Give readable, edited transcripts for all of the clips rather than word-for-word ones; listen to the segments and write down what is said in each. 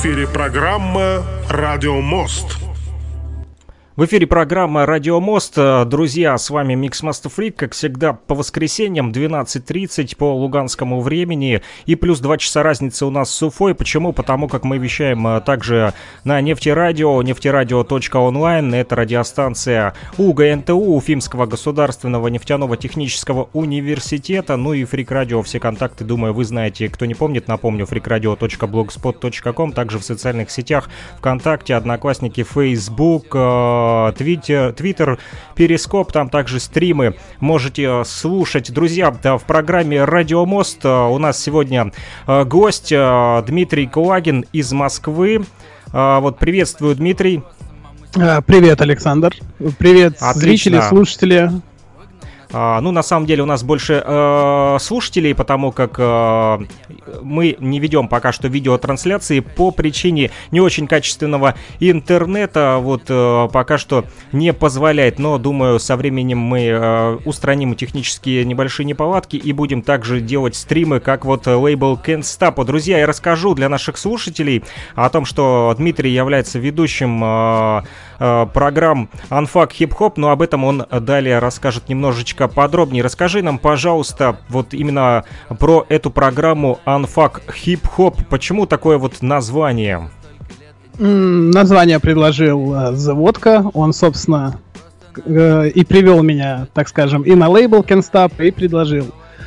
эфире программа «Радио Мост». В эфире программа «Радио Мост». Друзья, с вами Mixmaster Freak, как всегда, по воскресеньям 12:30 по луганскому времени. И плюс 2 часа разницы у нас с Уфой. Почему? Потому как мы вещаем также на нефтерадио, нефтерадио.онлайн. Это радиостанция УГНТУ, Уфимского государственного нефтяного технического университета. Ну и Freak Radio, все контакты, думаю, вы знаете. Кто не помнит, напомню, freakradio.blogspot.com. Также в социальных сетях ВКонтакте, Одноклассники, Facebook, Твиттер, Перископ, там также стримы можете слушать. Друзья, в программе «Радио Мост» у нас сегодня гость Дмитрий Кулагин из Москвы. Вот, приветствую, Дмитрий. Привет, Александр. Привет, отлично. Зрители, слушатели. Ну, на самом деле у нас больше слушателей, потому как мы не ведем пока что видеотрансляции по причине не очень качественного интернета. Вот пока что не позволяет, но думаю, со временем мы устраним технические небольшие неполадки и будем также делать стримы, как вот лейбл Can't Stop. Друзья, я расскажу для наших слушателей о том, что Дмитрий является ведущим программ Unfuck Hip Hop, но об этом он далее расскажет немножечко подробнее. Расскажи нам, пожалуйста, вот именно про эту программу Unfuck Hip Hop. Почему такое вот название? Название предложил The Vodka. Он, собственно, и привел меня, так скажем, и на лейбл Can't Stop, и предложил.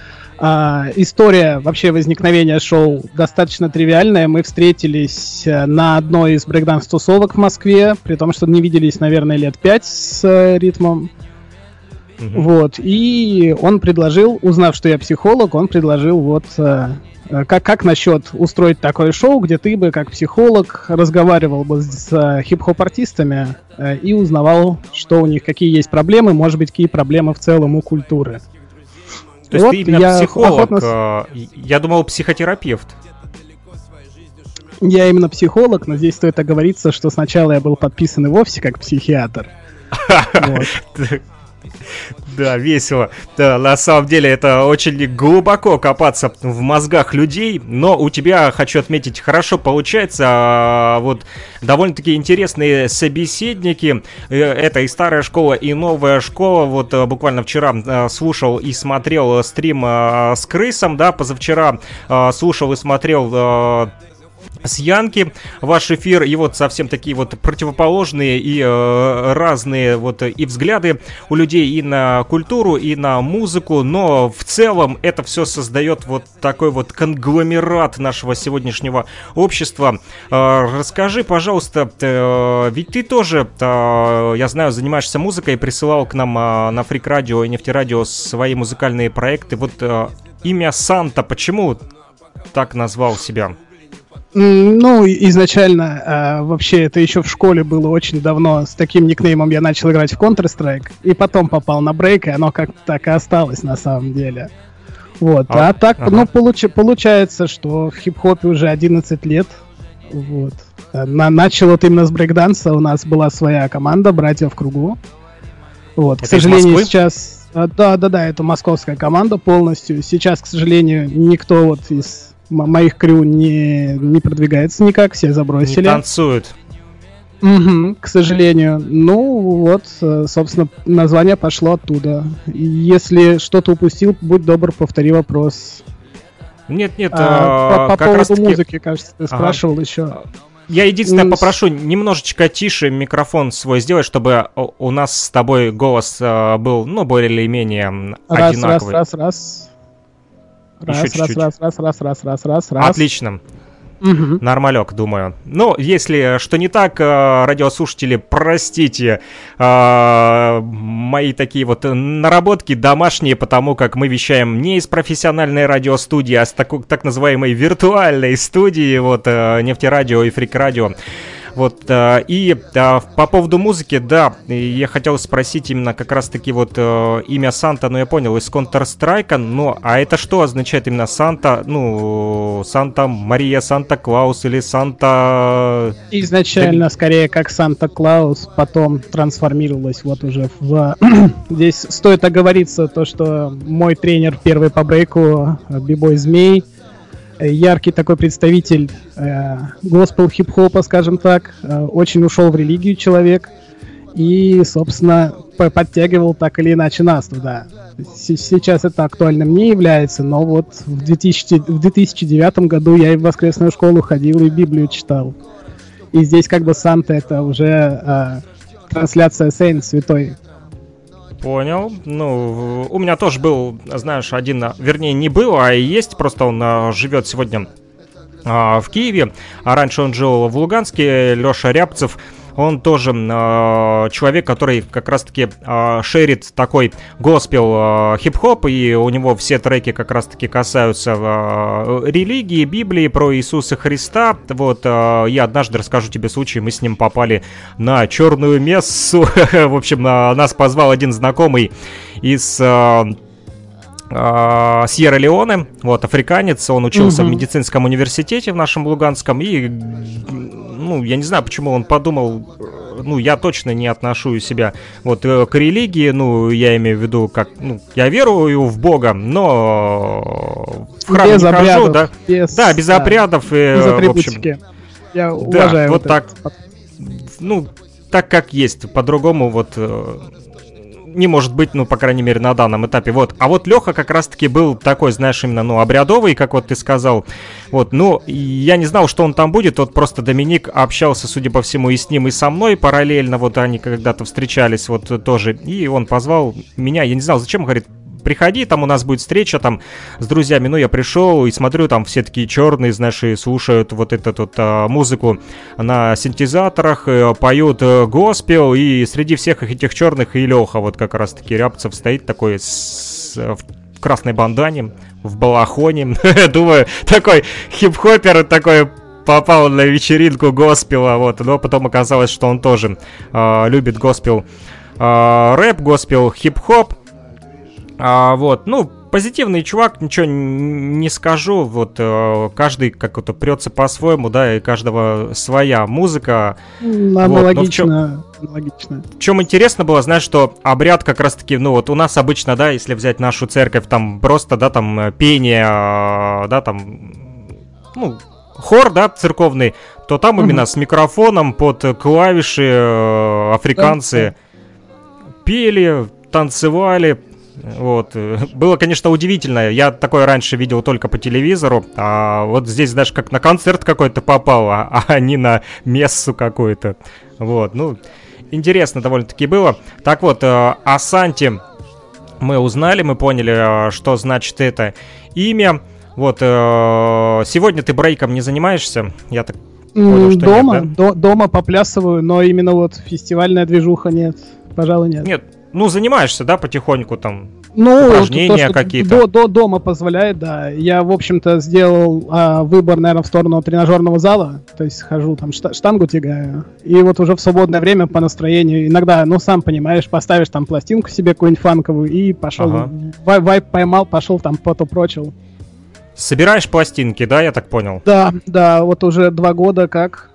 История вообще возникновения шоу достаточно тривиальная. Мы встретились на одной из брейкданс-тусовок в Москве, при том, что не виделись, наверное, лет 5 с ритмом. Вот. И он предложил, узнав, что я психолог, он предложил вот как насчет устроить такое шоу, где ты бы, как психолог, разговаривал бы с хип-хоп-артистами и узнавал, что у них, какие есть проблемы, может быть, какие проблемы в целом у культуры. То есть вот ты именно психолог, я думал, психотерапевт. Я именно психолог, но здесь стоит оговориться, что сначала я был подписан и вовсе как психиатр. Да, весело. Да, на самом деле это очень глубоко копаться в мозгах людей, но у тебя, хочу отметить, хорошо получается. Вот довольно-таки интересные собеседники. Это и старая школа, и новая школа. Вот буквально вчера слушал и смотрел стрим с Крысом, да, позавчера слушал и смотрел с Янки ваш эфир, и вот совсем такие вот противоположные и разные вот и взгляды у людей и на культуру, и на музыку, но в целом это все создает вот такой вот конгломерат нашего сегодняшнего общества. Расскажи, пожалуйста, ведь ты тоже, я знаю, занимаешься музыкой, присылал к нам на Freak Radio и Нефтерадио свои музыкальные проекты. Вот имя Санта, почему так назвал себя? Ну, изначально, вообще, это еще в школе было очень давно. С таким никнеймом я начал играть в Counter-Strike, и потом попал на брейк, и оно как-то так и осталось на самом деле. Вот, ну, получается, что в хип-хопе уже 11 лет. Вот. Начал вот именно с брейкданса, у нас была своя команда, «Братья в кругу». Вот, это к сожалению, сейчас... Да, это московская команда полностью. Сейчас, к сожалению, никто вот из... моих крю не продвигается никак, все забросили. Не танцуют. К сожалению. Ну, вот, собственно, название пошло оттуда. Если что-то упустил, будь добр, повтори вопрос. Нет, по поводу музыки, кажется, ты спрашивал еще. Я единственное попрошу немножечко тише микрофон свой сделать, чтобы у нас с тобой голос был, ну, более или менее одинаковый. Раз. Отлично. Нормалек, думаю. Ну, если что не так, радиослушатели, простите мои такие вот наработки домашние, потому как мы вещаем не из профессиональной радиостудии, а с так называемой виртуальной студии, вот, Нефтерадио и Freak Radio. Вот, и по поводу музыки, да, я хотел спросить именно как раз-таки вот имя Санта, ну я понял, из Counter-Strike, ну, а это что означает именно Санта, ну, Санта-Мария, Санта-Клаус или Санта... Изначально скорее как Санта-Клаус, потом трансформировалось вот уже в... Здесь стоит оговориться то, что мой тренер первый по брейку, бибой Змей, яркий такой представитель госпел хип-хопа, скажем так. Очень ушел в религию человек. И, собственно, подтягивал так или иначе нас туда. Сейчас это актуальным не является, но вот в 2009 году я и в воскресную школу ходил и Библию читал. И здесь как бы Санта это уже трансляция Сейнт Святой. Понял. Ну, у меня тоже был, знаешь, один, вернее, не был, а и есть, просто он живет сегодня в Киеве, а раньше он жил в Луганске, Леша Рябцев. Он тоже человек, который как раз-таки шерит такой госпел хип-хоп, и у него все треки как раз-таки касаются религии, Библии, про Иисуса Христа. Вот, я однажды расскажу тебе случай, мы с ним попали на черную мессу. В общем, нас позвал один знакомый из Сьерра-Леоне, вот, африканец, он учился в медицинском университете в нашем Луганском, и, ну, я не знаю, почему он подумал, ну, я точно не отношу себя вот к религии, ну, я имею в виду, как, ну, я верую в Бога, но в храм без не обрядов, хожу, да, без обрядов, без в общем, я уважаю вот так, ну, так как есть, по-другому вот не может быть, ну, по крайней мере, на данном этапе. Вот. А вот Леха как раз-таки был такой, знаешь, именно, ну, обрядовый, как вот ты сказал. Вот, ну, я не знал, что он там будет. Вот просто Доминик общался, судя по всему, и с ним, и со мной параллельно. Вот они когда-то встречались, вот тоже. И он позвал меня, я не знал, зачем, говорит, приходи, там у нас будет встреча там с друзьями. Ну, я пришел и смотрю, там все такие черные, знаешь, и слушают вот эту вот музыку на синтезаторах, поют госпел, и среди всех этих черных и Леха, вот как раз-таки Рябцев стоит такой в красной бандане, в балахоне. Думаю, такой хип-хопер, такой попал на вечеринку госпела, вот, но потом оказалось, что он тоже любит госпел рэп, госпел хип-хоп. Вот, ну, позитивный чувак, ничего не скажу, вот, каждый как-то прется по-своему, да, и каждого своя музыка. Аналогично, вот, аналогично. В чем интересно было, знаешь, что обряд как раз-таки, ну, вот у нас обычно, да, если взять нашу церковь, там просто, да, там пение, да, там, ну, хор, да, церковный, то там именно с микрофоном под клавиши африканцы пели, танцевали. Вот. Было, конечно, удивительно. Я такое раньше видел только по телевизору. А вот здесь даже как на концерт какой-то попал, а не на мессу какую-то. Вот. Ну, интересно довольно-таки было. Так вот, о Санте мы узнали, мы поняли, что значит это имя. Вот. Сегодня ты брейком не занимаешься? Я так понял, что дома, нет, да? Дома поплясываю, но именно вот фестивальная движуха нет. Пожалуй, нет. Нет. Ну, занимаешься, да, потихоньку там? Ну, упражнения какие-то? До дома позволяет, да. Я, в общем-то, сделал выбор, наверное, в сторону тренажерного зала. То есть хожу, там, штангу тягаю. И вот уже в свободное время по настроению иногда, ну, сам понимаешь, поставишь там пластинку себе какую-нибудь фанковую и пошел, вайп поймал, пошел там потупрочил. Собираешь пластинки, да, я так понял? Да, вот уже 2 года как...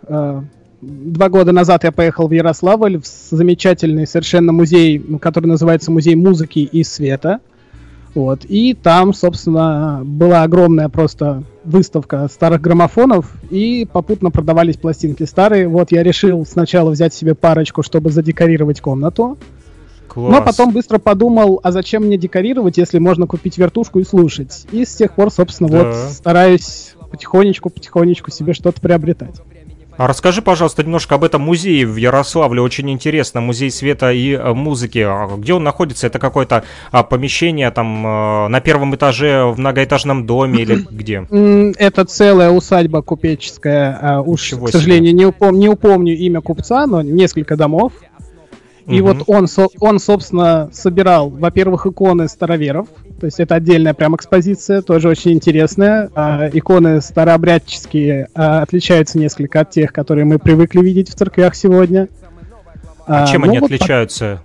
2 года назад я поехал в Ярославль, в замечательный совершенно музей, который называется Музей музыки и света. Вот. И там, собственно, была огромная просто выставка старых граммофонов, и попутно продавались пластинки старые. Вот я решил сначала взять себе парочку, чтобы задекорировать комнату. Класс. Но потом быстро подумал, а зачем мне декорировать, если можно купить вертушку и слушать. И с тех пор, собственно, вот стараюсь потихонечку себе что-то приобретать. А расскажи, пожалуйста, немножко об этом музее в Ярославле. Очень интересно. Музей света и музыки. Где он находится? Это какое-то помещение там на 1-м этаже в многоэтажном доме или где? Это целая усадьба купеческая. Уж, к сожалению, не упомню имя купца, но несколько домов. И вот он, собственно, собирал, во-первых, иконы староверов. То есть это отдельная прям экспозиция, тоже очень интересная. Иконы старообрядческие отличаются несколько от тех, которые мы привыкли видеть в церквях сегодня. Чем они отличаются?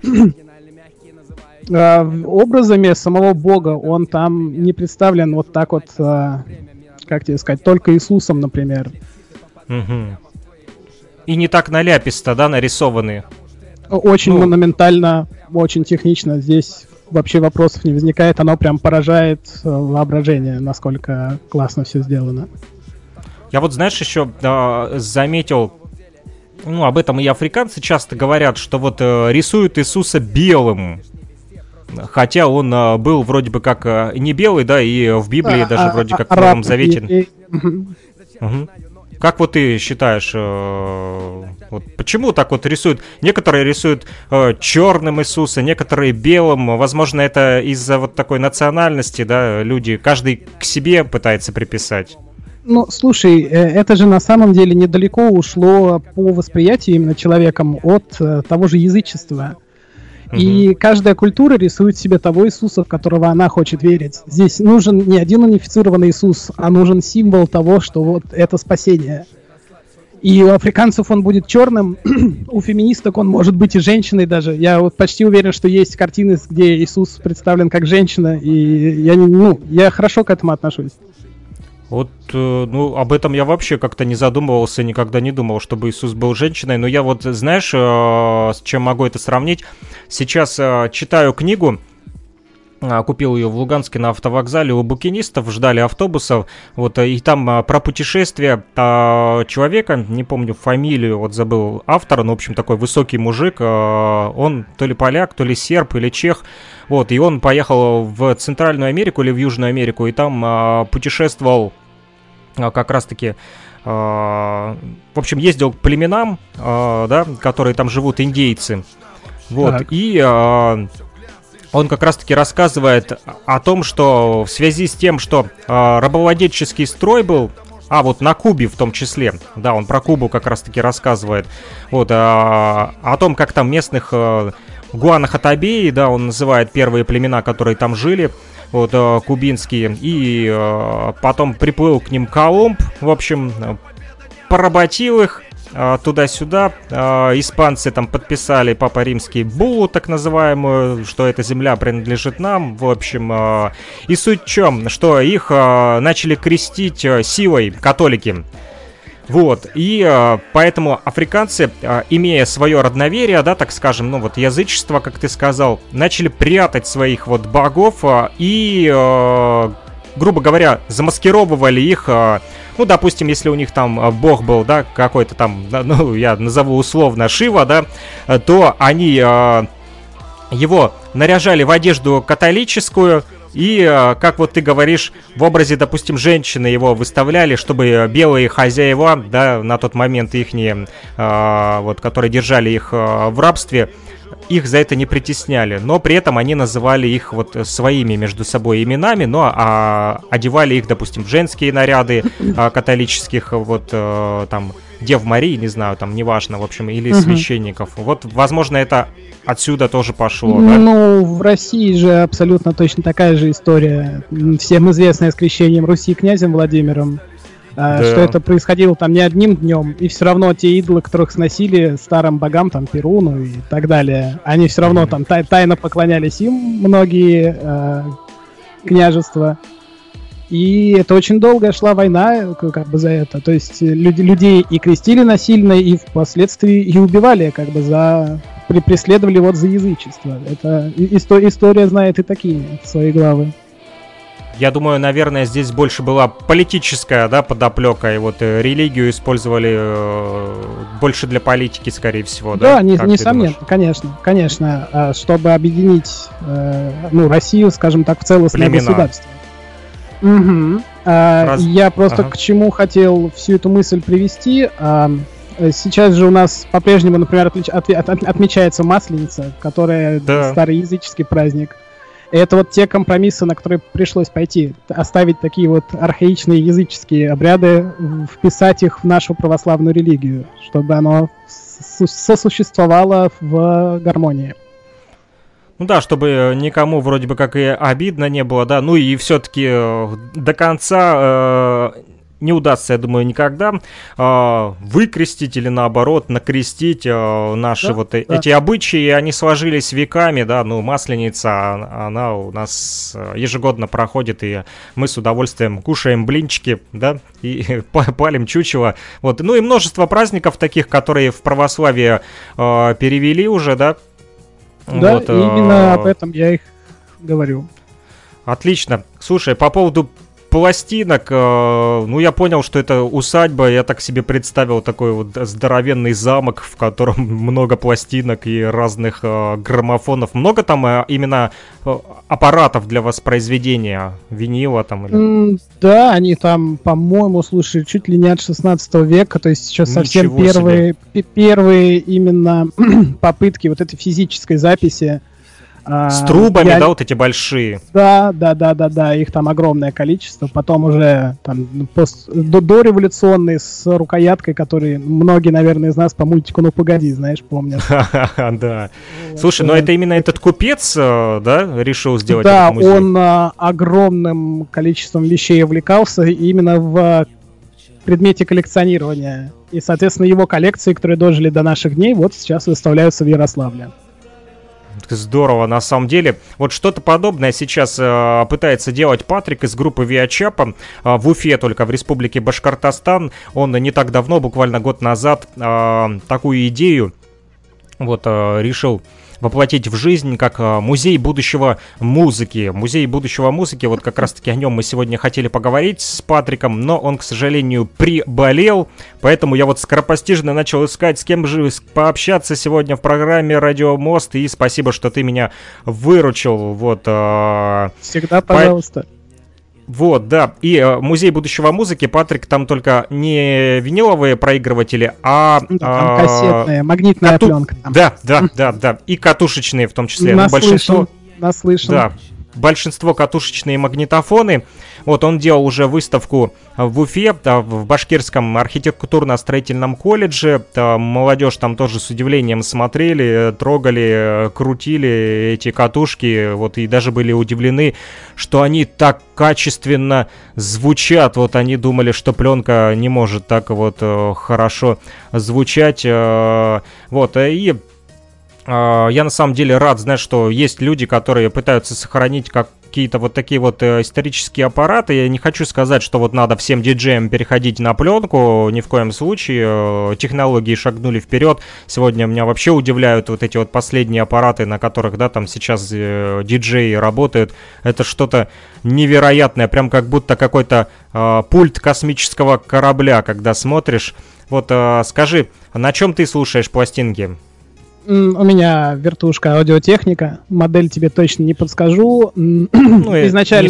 Образами самого Бога. Он там не представлен вот так вот, как тебе сказать, только Иисусом, например. И не так наляписто, да, нарисованы? Очень монументально, очень технично. Здесь вообще вопросов не возникает. Оно прям поражает воображение, насколько классно все сделано. Я вот, знаешь, еще заметил, ну, об этом и африканцы часто говорят, что вот рисуют Иисуса белым. Хотя он был вроде бы как не белый, да, и в Библии даже вроде как в Новом Завете. Угу. Как вот ты считаешь, вот почему так вот рисуют? Некоторые рисуют черным Иисуса, некоторые белым. Возможно, это из-за вот такой национальности, да, люди, каждый к себе пытается приписать. Ну, слушай, это же на самом деле недалеко ушло по восприятию именно человеком от того же язычества. И каждая культура рисует себе того Иисуса, в которого она хочет верить. Здесь нужен не один унифицированный Иисус, а нужен символ того, что вот это спасение. И у африканцев он будет черным, у феминисток он может быть и женщиной даже. Я вот почти уверен, что есть картины, где Иисус представлен как женщина, и я хорошо к этому отношусь. Вот, ну, об этом я вообще как-то не задумывался, никогда не думал, чтобы Иисус был женщиной. Но я вот, знаешь, с чем могу это сравнить? Сейчас читаю книгу, купил ее в Луганске на автовокзале, у букинистов ждали автобусов, вот, и там про путешествие человека, не помню фамилию, вот забыл автора, но, в общем, такой высокий мужик, он то ли поляк, то ли серб, или чех, вот, и он поехал в Центральную Америку или в Южную Америку, и там путешествовал как раз-таки, в общем, ездил к племенам, да, которые там живут, индейцы, вот, так. И он как раз-таки рассказывает о том, что в связи с тем, что рабовладельческий строй был, вот на Кубе в том числе, да, он про Кубу как раз-таки рассказывает, вот, о том, как там местных гуанахатабеи, да, он называет первые племена, которые там жили, вот, кубинские, и потом приплыл к ним Колумб, в общем, поработил их, туда-сюда, испанцы там подписали Папа Римский буллу, так называемую, что эта земля принадлежит нам, в общем, и суть в чем, что их начали крестить силой католики, вот, и поэтому африканцы, имея свое родноверие, да, так скажем, ну вот язычество, как ты сказал, начали прятать своих вот богов и, грубо говоря, замаскировывали их. Ну, допустим, если у них там бог был, да, какой-то там, ну, я назову условно Шива, да, то они его наряжали в одежду католическую и, как вот ты говоришь, в образе, допустим, женщины его выставляли, чтобы белые хозяева, да, на тот момент ихние, вот, которые держали их в рабстве, их за это не притесняли, но при этом они называли их вот своими между собой именами, но одевали их, допустим, в женские наряды католических, вот там Дев Марии, не знаю, там неважно, в общем, или священников. Вот, возможно, это отсюда тоже пошло, да? Ну, в России же абсолютно точно такая же история, всем известная с крещением Руси князем Владимиром. Да. Что это происходило там не одним днем, и все равно те идолы, которых сносили старым богам, там, Перуну и так далее, они все равно там тайно поклонялись им, многие княжества. И это очень долгая шла война как бы за это. То есть людей и крестили насильно, и впоследствии и убивали, как бы преследовали вот за язычество. Это история знает и такие свои главы. Я думаю, наверное, здесь больше была политическая, да, подоплека, и вот религию использовали больше для политики, скорее всего, да? Да, несомненно, конечно, чтобы объединить, Россию, скажем так, в целостное государство. Угу. Я просто к чему хотел всю эту мысль привести. Сейчас же у нас по-прежнему, например, отмечается Масленица, которая староязыческий праздник. И это вот те компромиссы, на которые пришлось пойти. Оставить такие вот архаичные языческие обряды, вписать их в нашу православную религию, чтобы оно сосуществовало в гармонии. Ну да, чтобы никому вроде бы как и обидно не было, да. Ну и все-таки до конца не удастся, я думаю, никогда выкрестить или наоборот накрестить наши эти обычаи, они сложились веками, да, ну, Масленица, она у нас ежегодно проходит, и мы с удовольствием кушаем блинчики, да, и палим чучело, вот, ну и множество праздников таких, которые в православие перевели уже, да. Да, вот, именно об этом я их говорю. Отлично. Слушай, по поводу пластинок, ну, я понял, что это усадьба, я так себе представил такой вот здоровенный замок, в котором много пластинок и разных граммофонов. Много там именно аппаратов для воспроизведения винила там? Или... Да, они там, по-моему, слушай, чуть ли не от 16 века, то есть еще совсем первые именно попытки вот этой физической записи. С трубами, да, вот эти большие. Да, их там огромное количество. Потом уже там дореволюционные с рукояткой, которые многие, наверное, из нас по мультику «Ну погоди», знаешь, помнят. Да. Слушай, но это именно этот купец, да, решил сделать этот музей? Да, он огромным количеством вещей увлекался именно в предмете коллекционирования. И, соответственно, его коллекции, которые дожили до наших дней, вот сейчас выставляются в Ярославле. Здорово, на самом деле. Вот что-то подобное сейчас пытается делать Патрик из группы Виачапа в Уфе, только в республике Башкортостан. Он не так давно, буквально год назад, такую идею вот решил воплотить в жизнь, как музей будущего музыки. Музей будущего музыки, вот как раз-таки о нем мы сегодня хотели поговорить с Патриком, но он, к сожалению, приболел, поэтому я вот скоропостижно начал искать, с кем же пообщаться сегодня в программе «Радио Мост», и спасибо, что ты меня выручил. Вот, всегда пожалуйста. Вот, да. И музей будущего музыки, Патрик, там только не виниловые проигрыватели, а... там кассетная, магнитная пленка. Там. Да. И катушечные в том числе. Наслышан. Да. Большинство катушечные магнитофоны. Вот он делал уже выставку в Уфе, в Башкирском архитектурно-строительном колледже. Молодежь там тоже с удивлением смотрели, трогали, крутили эти катушки. Вот и даже были удивлены, что они так качественно звучат. Вот они думали, что пленка не может так вот хорошо звучать. Вот, и... Я на самом деле рад, знаешь, что есть люди, которые пытаются сохранить какие-то вот такие вот исторические аппараты. Я не хочу сказать, что вот надо всем диджеям переходить на пленку, ни в коем случае. Технологии шагнули вперед. Сегодня меня вообще удивляют вот эти вот последние аппараты, на которых, да, там сейчас диджеи работают. Это что-то невероятное, прям как будто какой-то пульт космического корабля, когда смотришь. Вот скажи, на чем ты слушаешь пластинки? У меня вертушка аудиотехника, модель тебе точно не подскажу. Изначально,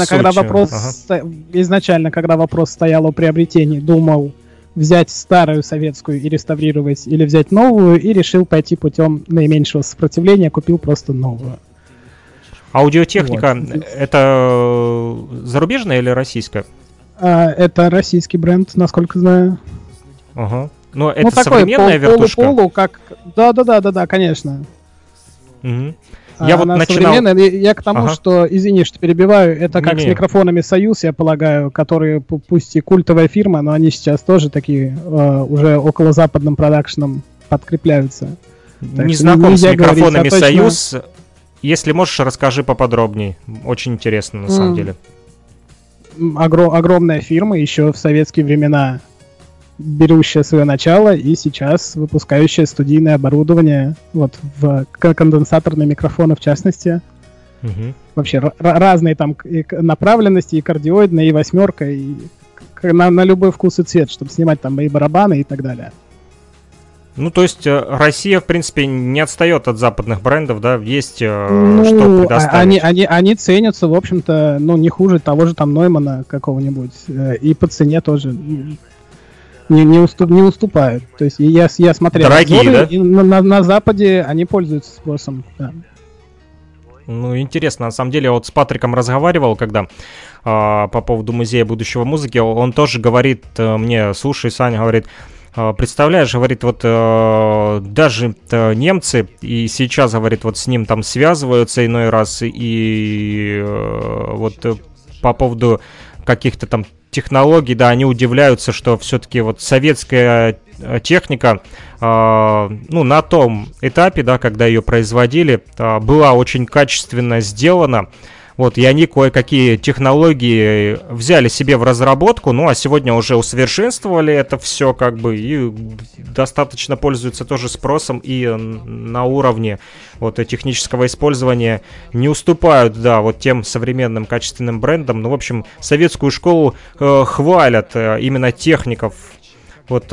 когда вопрос стоял о приобретении, думал взять старую советскую и реставрировать, или взять новую, и решил пойти путем наименьшего сопротивления, купил просто новую. Аудиотехника, вот. Это зарубежная или российская? Это российский бренд, насколько знаю. Ага. Но это современная вертушка? Полу-полу, как... Да, конечно. Угу. Я вот начинал... Я к тому, что, извини, что перебиваю, это как с микрофонами «Союз», я полагаю, которые, пусть и культовая фирма, но они сейчас тоже такие уже около западным продакшеном подкрепляются. Не знаком с микрофонами «Союз». Если можешь, расскажи поподробнее. Очень интересно, на самом деле. Огромная фирма, еще в советские времена берущая свое начало и сейчас выпускающая студийное оборудование, вот в конденсаторные микрофоны в частности. Вообще разные там направленности, и кардиоидная, и восьмерка, и на любой вкус и цвет, чтобы снимать там и барабаны и так далее. Ну, то есть Россия, в принципе, не отстает от западных брендов, да, есть что предоставить. Они ценятся, в общем-то, ну, не хуже того же там Ноймана какого-нибудь, и по цене тоже не уступают. То есть я смотрел дорогие, обзоры, да? И на Западе они пользуются спросом. Да. Ну, интересно, на самом деле, я вот с Патриком разговаривал, когда по поводу музея будущего музыки, он тоже говорит мне, слушай, Саня, говорит, представляешь, говорит, вот даже немцы и сейчас, говорит, вот с ним там связываются иной раз, и вот по поводу каких-то там технологий, да, они удивляются, что все-таки вот советская техника, ну, на том этапе, да, когда ее производили, была очень качественно сделана. Вот, и они кое-какие технологии взяли себе в разработку, ну, а сегодня уже усовершенствовали это все, как бы, и достаточно пользуются тоже спросом, и на уровне вот технического использования не уступают, да, вот тем современным качественным брендам. Ну, в общем, советскую школу хвалят именно техников. Вот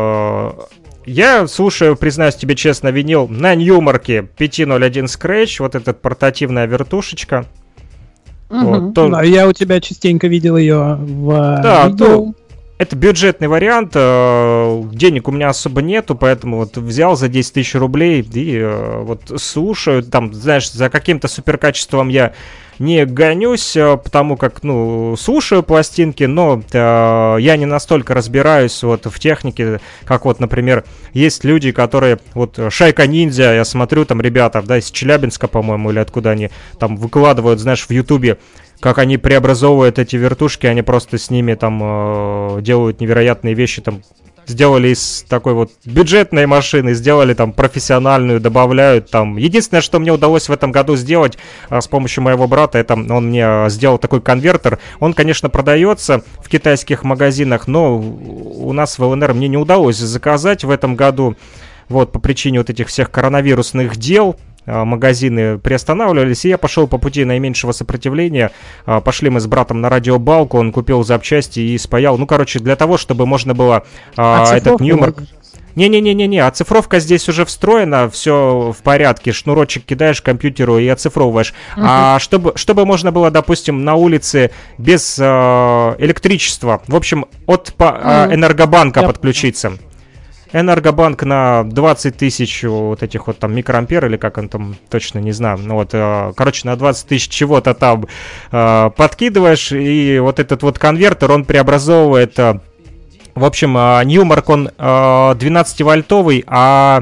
я слушаю, признаюсь тебе честно, винил на Ньюмарке 501 Scratch, вот эта портативная вертушечка. Вот, да, я у тебя частенько видел ее в видео. Это бюджетный вариант, денег у меня особо нету, поэтому вот взял за 10 тысяч рублей и вот слушаю, там, знаешь, за каким-то суперкачеством я не гонюсь, потому как, ну, слушаю пластинки, но я не настолько разбираюсь вот в технике, как вот, например, есть люди, которые, вот, Шайка Ниндзя, я смотрю, там ребята, да, из Челябинска, по-моему, или откуда они там выкладывают, знаешь, в Ютубе, как они преобразовывают эти вертушки, они просто с ними там делают невероятные вещи, там сделали из такой вот бюджетной машины, сделали там профессиональную, добавляют там. Единственное, что мне удалось в этом году сделать с помощью моего брата, это он мне сделал такой конвертер. Он, конечно, продается в китайских магазинах, но у нас в ЛНР мне не удалось заказать в этом году. Вот, по причине вот этих всех коронавирусных дел магазины приостанавливались, и я пошел по пути наименьшего сопротивления. Пошли мы с братом на радиобалку, он купил запчасти и спаял. Ну, короче, для того, чтобы можно было этот Ньюмарк... Не-не-не-не-не, оцифровка здесь уже встроена, все в порядке, шнурочек кидаешь к компьютеру и оцифровываешь. А чтобы можно было, допустим, на улице без электричества, в общем, от Энергобанка подключиться. Энергобанк на 20 тысяч вот этих вот там микроампер, или как он там, точно не знаю. Ну вот, короче, на 20 тысяч чего-то там подкидываешь, и вот этот вот конвертер, он преобразовывает... В общем, Ньюмарк, он 12-вольтовый, а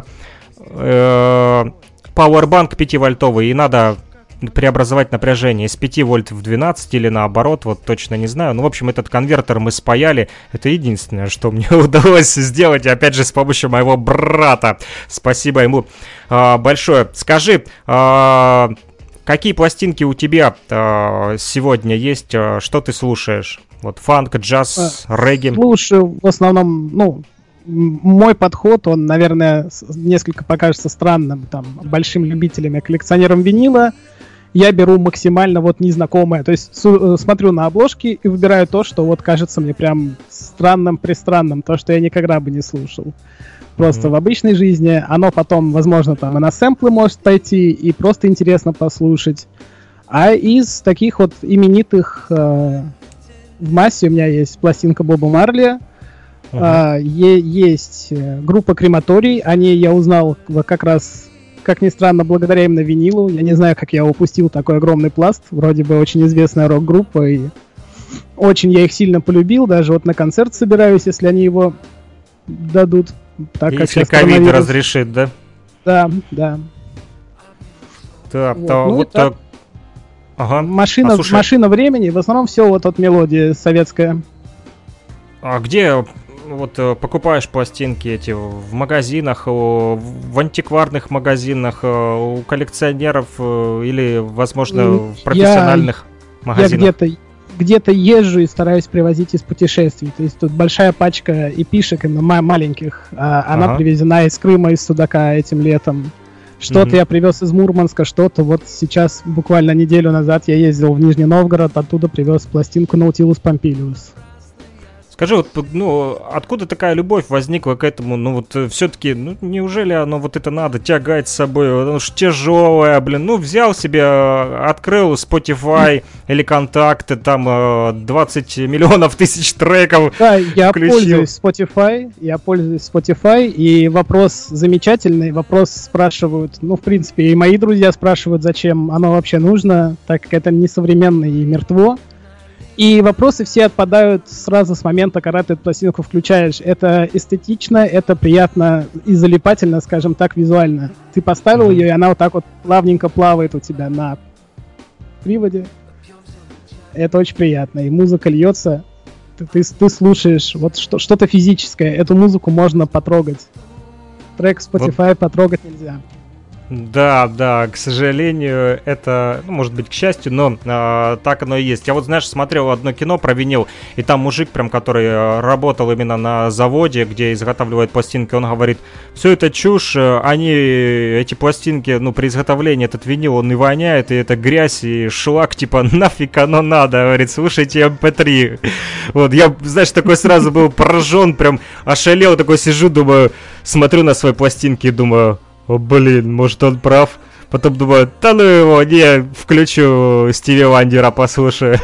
Powerbank 5-вольтовый, и надо преобразовать напряжение из 5 вольт в 12 или наоборот, вот точно не знаю. Ну, в общем, этот конвертер мы спаяли. Это единственное, что мне удалось сделать, и опять же, с помощью моего брата. Спасибо ему большое. Скажи, какие пластинки у тебя сегодня есть? Что ты слушаешь? Вот фанк, джаз, регги? Слушаю в основном, ну, мой подход, он, наверное, несколько покажется странным, там, большим любителям и коллекционерам винила. Я беру максимально вот незнакомое, то есть смотрю на обложки и выбираю то, что вот кажется мне прям странным-пристранным, то, что я никогда бы не слушал. Просто в обычной жизни оно потом, возможно, там и на сэмплы может пойти, и просто интересно послушать. А из таких вот именитых в массе у меня есть пластинка Боба Марли, есть группа Крематорий, о ней я узнал как раз, как ни странно, благодаря именно винилу. Я не знаю, как я упустил такой огромный пласт. Вроде бы очень известная рок-группа, и очень я их сильно полюбил. Даже вот на концерт собираюсь, если они его дадут. Так, если ковид разрешит, да? Да, да. Так, вот так. Ага. Машина времени, в основном все вот от мелодии советская. А где вот покупаешь пластинки эти? В магазинах, в антикварных магазинах, у коллекционеров или, возможно, в профессиональных магазинах? Я где-то езжу и стараюсь привозить из путешествий. То есть тут большая пачка эпишек, именно маленьких. Она привезена из Крыма, из Судака этим летом. Что-то я привез из Мурманска, что-то вот сейчас, буквально неделю назад, я ездил в Нижний Новгород, оттуда привез пластинку Nautilus Pompilius. Скажи, вот, ну, откуда такая любовь возникла к этому? Ну, вот, все-таки, ну, неужели оно вот это надо тягать с собой? Оно ж тяжелое, блин. Ну, взял себе, открыл Spotify или контакты, там 20 миллионов тысяч треков. Да, я пользуюсь Spotify, и вопрос замечательный. Вопрос спрашивают, ну, в принципе, и мои друзья спрашивают, зачем оно вообще нужно, так как это несовременно и мертво. И вопросы все отпадают сразу с момента, когда ты эту пластинку включаешь. Это эстетично, это приятно и залипательно, скажем так, визуально. Ты поставил ее, и она вот так вот плавненько плавает у тебя на приводе. Это очень приятно. И музыка льется, ты слушаешь вот что-то физическое. Эту музыку можно потрогать. Трек Spotify потрогать нельзя. Да, да, к сожалению, это, ну, может быть, к счастью, но так оно и есть. Я вот, знаешь, смотрел одно кино про винил, и там мужик, прям, который работал именно на заводе, где изготавливают пластинки, он говорит, все это чушь, эти пластинки, ну, при изготовлении этот винил, он и воняет, и это грязь, и шлак, типа, нафиг оно надо, говорит, слушайте MP3. Вот, я, знаешь, такой сразу был поражен, прям ошалел, такой сижу, думаю, смотрю на свои пластинки и думаю... О, блин, может он прав. Потом думаю, да ну его, не, включу Стиви Вандера, послушаю.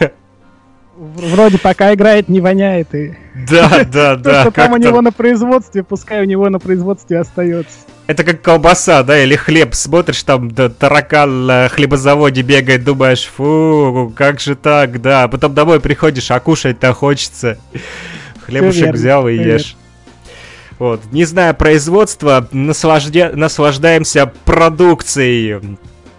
Вроде пока играет, не воняет. И... Да, да, да. Что там у него на производстве, пускай у него на производстве остается. Это как колбаса, да, или хлеб. Смотришь, там да, таракан на хлебозаводе бегает, думаешь, фу, как же так, да. Потом домой приходишь, а кушать-то хочется. Хлебушек взял и ешь. Вот. Не зная производства, наслаждаемся продукцией.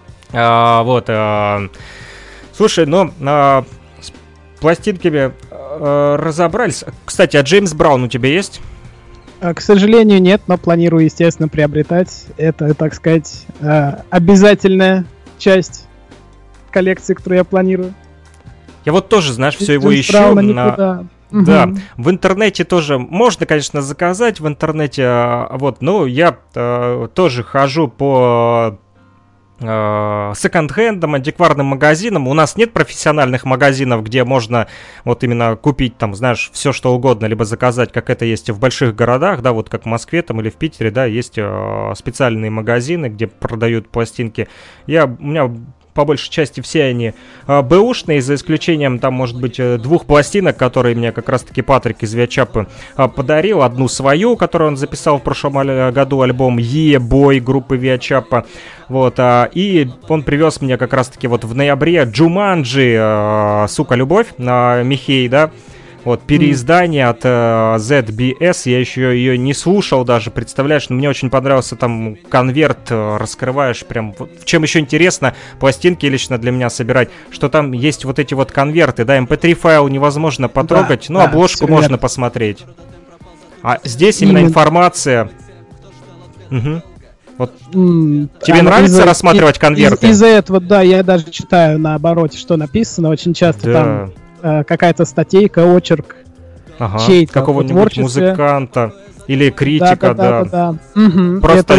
Слушай, ну, с пластинками разобрались. Кстати, а Джеймс Браун у тебя есть? К сожалению, нет, но планирую, естественно, приобретать. Это, так сказать, обязательная часть коллекции, которую я планирую. Я вот тоже, знаешь, все его ищу на... Да, в интернете тоже можно, конечно, заказать в интернете, вот, но я тоже хожу по секонд-хендам, антикварным магазинам. У нас нет профессиональных магазинов, где можно вот именно купить там, знаешь, все что угодно, либо заказать, как это есть в больших городах, да, вот как в Москве там или в Питере, да, есть специальные магазины, где продают пластинки. У меня по большей части все они бэушные, за исключением там, может быть, 2 пластинок, которые мне как раз-таки Патрик из Виачапы подарил. Одну свою, которую он записал в прошлом году, альбом «Е-бой» группы Виачапа. Вот, и он привез мне как раз-таки вот в ноябре «Джуманджи», «Сука, любовь» на Михей, да. Вот, переиздание от ZBS, я еще ее не слушал даже, представляешь, но мне очень понравился там конверт, раскрываешь прям, вот, в чем еще интересно, пластинки лично для меня собирать, что там есть вот эти вот конверты, да, MP3 файл невозможно потрогать, да, но обложку можно посмотреть. А здесь именно информация. Угу. Вот. Тебе нравится рассматривать конверты? Из-за этого, да, я даже читаю на обороте, что написано, очень часто там какая-то статейка, очерк чей-то какого-нибудь музыканта или критика, да. Угу. Просто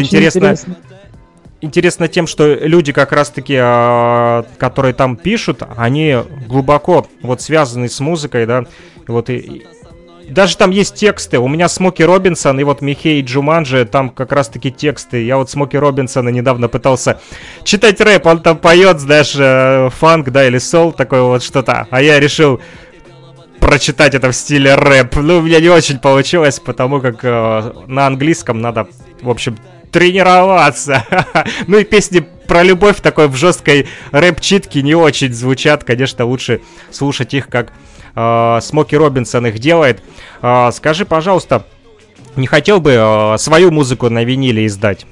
интересно тем, что люди как раз-таки, которые там пишут, они глубоко вот связаны с музыкой, да, вот и даже там есть тексты. У меня Смоки Робинсон и вот Михей Джуманджи, там как раз-таки тексты. Я вот Смоки Робинсона недавно пытался читать рэп, он там поет, знаешь, фанк, да, или сол, такое вот что-то. А я решил прочитать это в стиле рэп. Ну, у меня не очень получилось, потому как на английском надо, в общем, тренироваться. Ну и песни про любовь такой в жесткой рэп-читке не очень звучат. Конечно, лучше слушать их как... Смоки Робинсон их делает. Скажи, пожалуйста, не хотел бы свою музыку на виниле издать?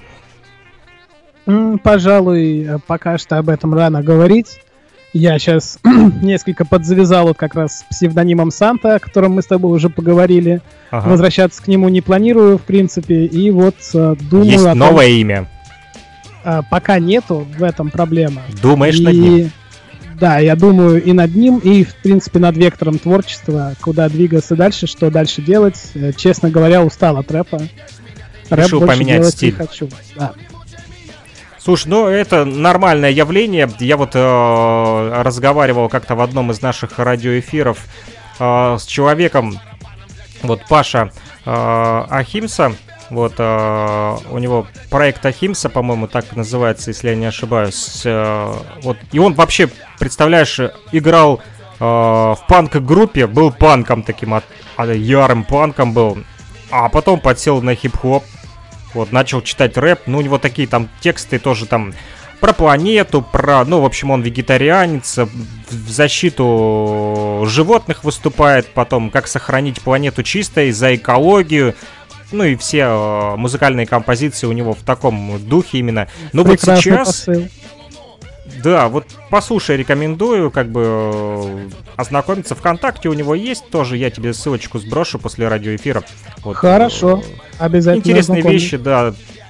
Пожалуй, пока что об этом рано говорить. Я сейчас несколько подзавязал вот как раз с псевдонимом Санта, о котором мы с тобой уже поговорили. Ага. Возвращаться к нему не планирую, в принципе. И вот думаю... Есть о том, новое имя? Пока нету, в этом проблема. Думаешь над ним? Да, я думаю и над ним, и, в принципе, над вектором творчества, куда двигаться дальше, что дальше делать. Честно говоря, устал от рэпа. Решил поменять стиль. Не хочу. Да. Слушай, ну это нормальное явление. Я вот разговаривал как-то в одном из наших радиоэфиров с человеком, вот Паша Ахимса. Вот, у него проект Ахимса, по-моему, так называется, если я не ошибаюсь. Вот, и он вообще, представляешь, играл в панк-группе, был панком таким, ярым панком был, а потом подсел на хип-хоп, вот, начал читать рэп, ну, у него такие там тексты тоже там про планету, ну, в общем, он вегетарианец, в защиту животных выступает, потом, как сохранить планету чистой, за экологию. Ну и все музыкальные композиции у него в таком духе именно. Но прекрасный вот сейчас... Посыл. Да, вот послушай, рекомендую, как бы ознакомиться. ВКонтакте у него есть тоже, я тебе ссылочку сброшу после радиоэфира. Вот, хорошо, обязательно. Интересные вещи, да.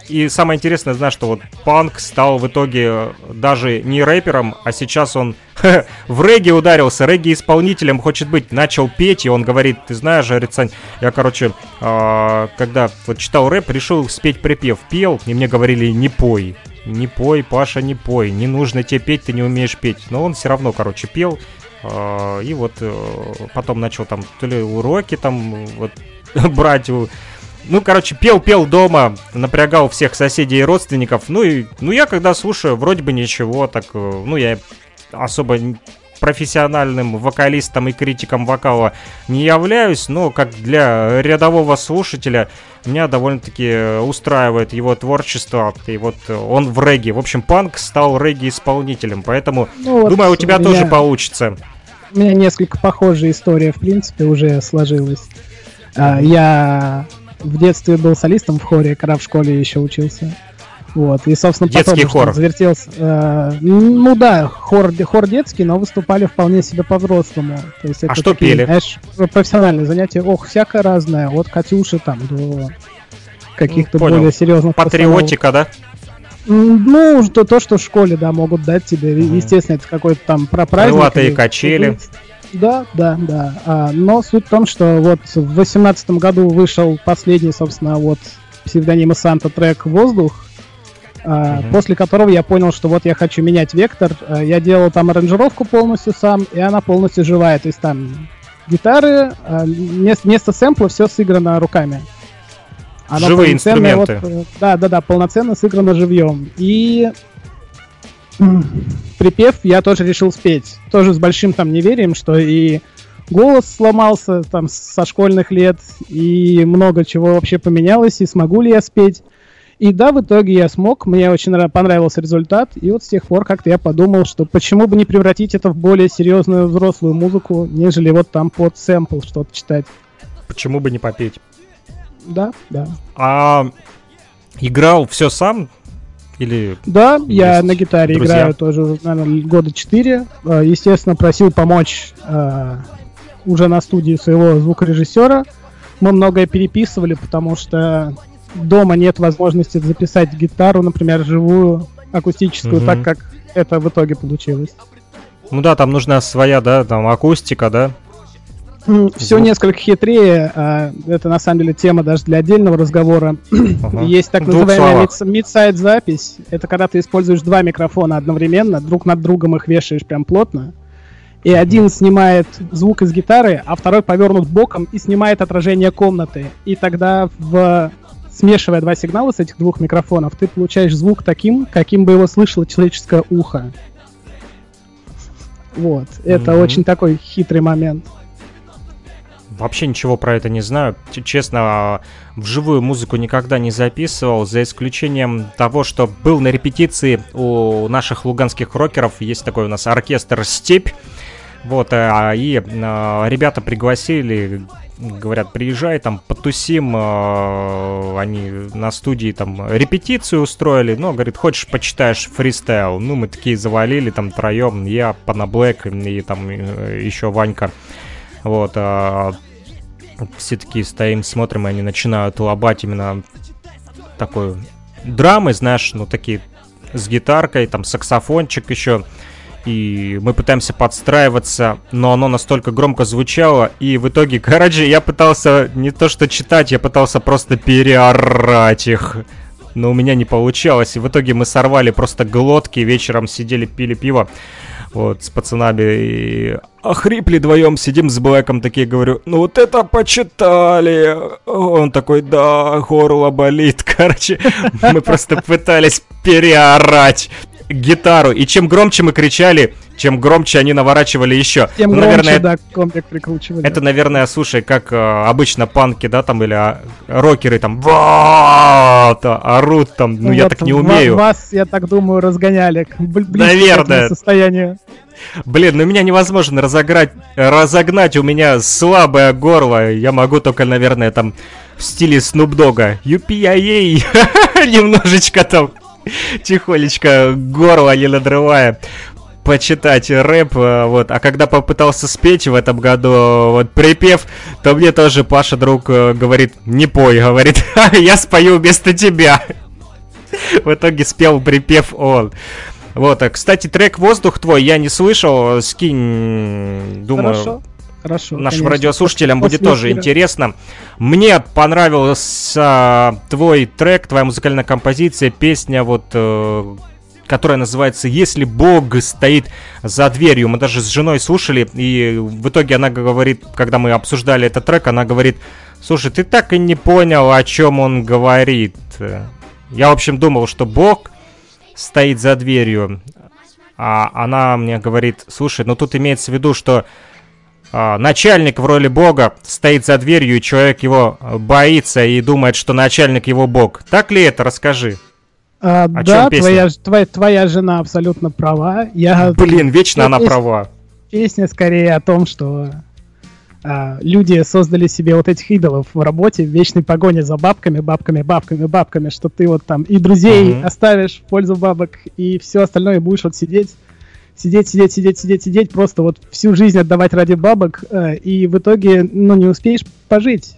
И самое интересное, знаешь, что вот панк стал в итоге даже не рэпером, а сейчас он в регги ударился, регги-исполнителем хочет быть, начал петь, и он говорит, ты знаешь, говорит, Сань, я, короче, когда вот читал рэп, решил спеть припев, пел, и мне говорили, не пой, Паша, не пой, не нужно тебе петь, ты не умеешь петь. Но он все равно, короче, пел, и вот потом начал там то ли уроки там вот брать у... Ну, короче, пел дома, напрягал всех соседей и родственников. Ну, я когда слушаю, вроде бы ничего, так, ну, я особо профессиональным вокалистом и критиком вокала не являюсь, но как для рядового слушателя меня довольно-таки устраивает его творчество, и вот он в регги. В общем, панк стал регги-исполнителем, поэтому, ну, вот думаю, у тебя тоже получится. У меня несколько похожая история, в принципе, уже сложилась. Я... В детстве был солистом в хоре, когда в школе еще учился. Вот. И, собственно, детский потом хор. Завертелся. Ну да, хор детский, но выступали вполне себе по-взрослому. То есть это что такие, пели? Знаешь, профессиональные занятия. Ох, всякое разное. От Катюши там до каких-то более серьезных. Патриотика, да? Ну, то, что в школе, да, могут дать тебе. Естественно, это какой-то там праздник. Крылатые качели. Да. Но суть в том, что вот в 2018 году вышел последний, собственно, вот псевдонима Санта трек «Воздух», после которого я понял, что вот я хочу менять вектор. Я делал там аранжировку полностью сам, и она полностью живая. То есть там гитары, вместо сэмпла все сыграно руками. Оно живые инструменты. Вот, да, полноценно сыграно живьем. И припев я тоже решил спеть. Тоже с большим там неверием, что и голос сломался там со школьных лет, и много чего вообще поменялось, и смогу ли я спеть. И да, в итоге я смог, мне очень понравился результат, и вот с тех пор как-то я подумал, что почему бы не превратить это в более серьезную взрослую музыку, нежели вот там под сэмпл что-то читать. Почему бы не попеть? Да. А играл все сам? Или да, я на гитаре друзья? Играю тоже, наверное, года 4. Естественно, просил помочь уже на студии своего звукорежиссера. Мы многое переписывали, потому что дома нет возможности записать гитару, например, живую, акустическую, так как это в итоге получилось. Ну да, там нужна своя, да, там акустика, да? Все несколько хитрее. Это на самом деле тема даже для отдельного разговора. Есть так называемая mid-side запись. Это когда ты используешь два микрофона одновременно, друг над другом их вешаешь прям плотно. И один снимает звук из гитары, а второй повернут боком и снимает отражение комнаты. И тогда, смешивая два сигнала с этих двух микрофонов, ты получаешь звук таким, каким бы его слышало человеческое ухо. Вот. Это очень такой хитрый момент. Вообще ничего про это не знаю. Честно, вживую музыку никогда не записывал, за исключением того, что был на репетиции у наших луганских рокеров. Есть такой у нас оркестр «Степь». Вот, и ребята пригласили, говорят, приезжай, там, потусим. Они на студии там репетицию устроили. Ну, говорит, хочешь, почитаешь фристайл? Ну, мы такие завалили там троем. Я, Панаблэк и там еще Ванька. Вот, все такие стоим, смотрим, и они начинают лобать именно такой драмы, знаешь, ну такие с гитаркой, там саксофончик еще. И мы пытаемся подстраиваться, но оно настолько громко звучало, и в итоге, короче, я пытался не то что читать, я пытался просто переорать их. Но у меня не получалось, и в итоге мы сорвали просто глотки, вечером сидели, пили пиво. Вот, с пацанами и охрипли вдвоем, сидим с Блэком, такие, говорю, ну вот это почитали. Он такой, да, горло болит. Короче, мы просто пытались переорать гитару. И чем громче мы кричали, чем громче они наворачивали еще. Тем громче, наверное, да, комплект прикручивали. Это, наверное, слушай, как обычно панки, да, там, или рокеры там орут там, ну вот я так не умею. Вас, я так думаю, разгоняли к наверное. Состоянию. Блин, ну меня невозможно разогнать, у меня слабое горло, я могу только, наверное, там в стиле Snoop Dogg, юпи-яей, немножечко там, тихонечко горло не надрывая, почитать рэп, вот, а когда попытался спеть в этом году, вот, припев, то мне тоже Паша, друг, говорит, не пой, говорит, я спою вместо тебя. В итоге спел припев он. Вот, кстати, трек «Воздух» твой я не слышал, скинь, думаю, Хорошо, нашим конечно. радиослушателям После будет тоже эфира. интересно. Мне понравился твой трек, твоя музыкальная композиция, песня, вот, которая называется «Если Бог стоит за дверью». Мы даже с женой слушали, и в итоге она говорит, когда мы обсуждали этот трек, она говорит: слушай, ты так и не понял, о чем он говорит. Я, в общем, думал, что Бог стоит за дверью, а она мне говорит: слушай, ну тут имеется в виду, что начальник в роли Бога стоит за дверью, и человек его боится и думает, что начальник его Бог. Так ли это? Расскажи. О Да, чем песня? твоя жена абсолютно права. Блин, вечно она права. Песня скорее о том, что люди создали себе вот этих идолов в работе, в вечной погоне за бабками, что ты вот там и друзей оставишь в пользу бабок, и все остальное будешь вот сидеть, просто вот всю жизнь отдавать ради бабок, и в итоге, ну, не успеешь пожить.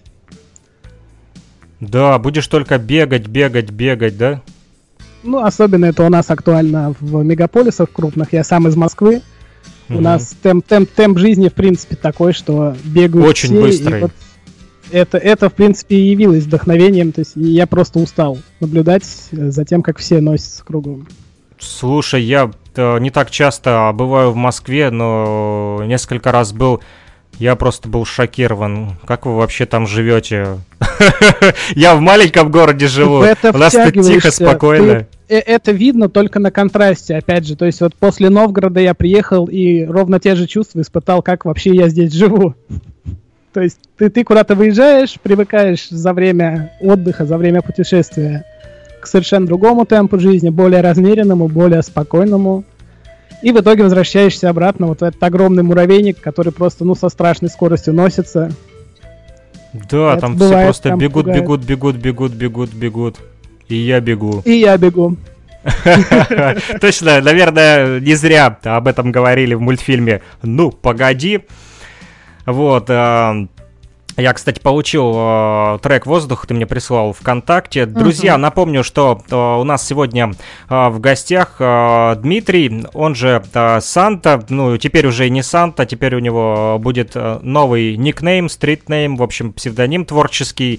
Да, будешь только бегать, да? Ну, особенно это у нас актуально в мегаполисах крупных. Я сам из Москвы. У нас темп жизни, в принципе, такой, что бегают очень все, быстрый. И вот это, в принципе, и явилось вдохновением. То есть я просто устал наблюдать за тем, как все носятся кругом. Слушай, я не так часто бываю в Москве, но несколько раз был. Я просто был шокирован. Как вы вообще там живете? Я в маленьком городе живу. У нас тут тихо, спокойно. Это видно только на контрасте, опять же. То есть вот после Новгорода я приехал и ровно те же чувства испытал, как вообще я здесь живу. То есть ты куда-то выезжаешь, привыкаешь за время отдыха, за время путешествия к совершенно другому темпу жизни, более размеренному, более спокойному. И в итоге возвращаешься обратно вот в этот огромный муравейник, который просто, ну, со страшной скоростью носится. Да, Это там бывает, все просто там бегут. И я бегу. И я бегу. Точно, наверное, не зря об этом говорили в мультфильме «Ну, погоди». Вот, я, кстати, получил трек «Воздух», ты мне прислал ВКонтакте. Друзья, напомню, что у нас сегодня в гостях Дмитрий, он же Санта. Ну, теперь уже и не Санта, теперь у него будет новый никнейм, стритнейм, в общем, псевдоним творческое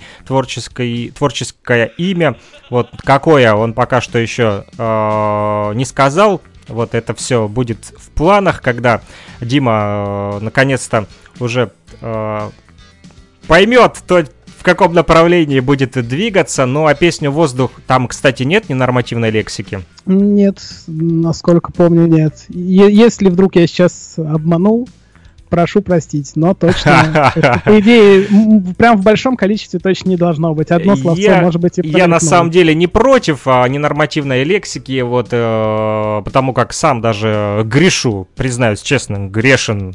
имя. Вот какое он пока что еще не сказал. Вот это все будет в планах, когда Дима наконец-то уже поймет, то в каком направлении будет двигаться. Ну, а песню «Воздух» там, кстати, нет ненормативной лексики? Нет, насколько помню, нет. Если вдруг я сейчас обманул, прошу простить, но точно, по идее, прям в большом количестве точно не должно быть. Одно словцо может быть и Я на самом деле не против ненормативной лексики, вот, потому как сам даже грешу, признаюсь честно, грешен.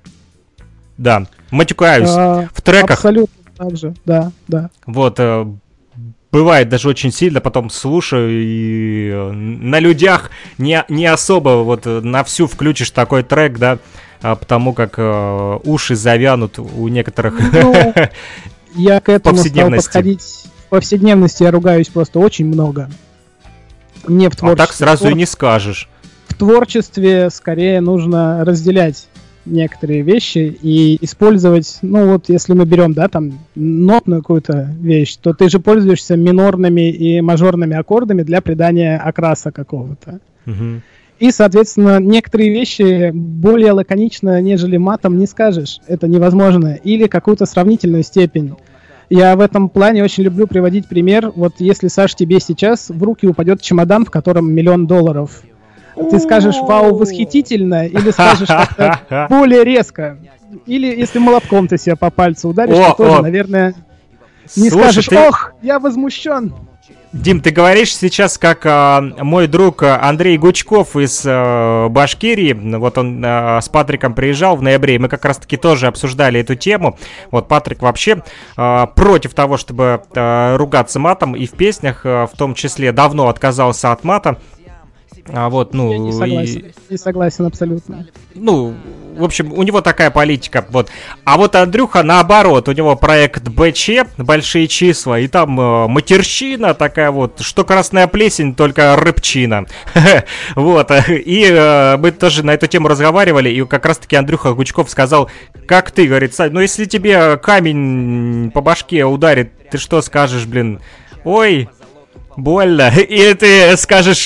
Да, матюкаюсь в треках. Абсолютно так же, да. Вот, бывает даже очень сильно, потом слушаю, и на людях не особо вот на всю включишь такой трек, да, потому как уши завянут у некоторых. Ну, я к этому стал подходить. В повседневности я ругаюсь просто очень много. Не в творчестве. А так сразу и не скажешь. В творчестве скорее нужно разделять некоторые вещи и использовать, ну вот если мы берем, да, там нотную какую-то вещь, то ты же пользуешься минорными и мажорными аккордами для придания окраса какого-то. И, соответственно, некоторые вещи более лаконично, нежели матом, не скажешь. Это невозможно. Или какую-то сравнительную степень. Я в этом плане очень люблю приводить пример. Вот если, Саш, тебе сейчас в руки упадет чемодан, в котором $1 миллион, ты скажешь «Вау, восхитительно» или скажешь как-то более резко. Или если молотком ты себя по пальцу ударишь, то тоже, наверное, не скажешь «Ох, я возмущен». Дим, ты говоришь сейчас как мой друг Андрей Гучков из Башкирии. Вот он с Патриком приезжал в ноябре, и мы как раз-таки тоже обсуждали эту тему. Вот Патрик вообще против того, чтобы ругаться матом, и в песнях в том числе давно отказался от мата. Вот, ну, Я не согласен. Не согласен абсолютно. Ну, в общем, у него такая политика, вот. А вот Андрюха, наоборот, у него проект БЧ, большие числа, и там матерщина такая вот, что красная плесень, только рыбчина. Вот, и мы тоже на эту тему разговаривали, и как раз-таки Андрюха Гучков сказал, как ты, говорит, Сань, ну если тебе камень по башке ударит, ты что скажешь, блин? Ой, больно. И ты скажешь...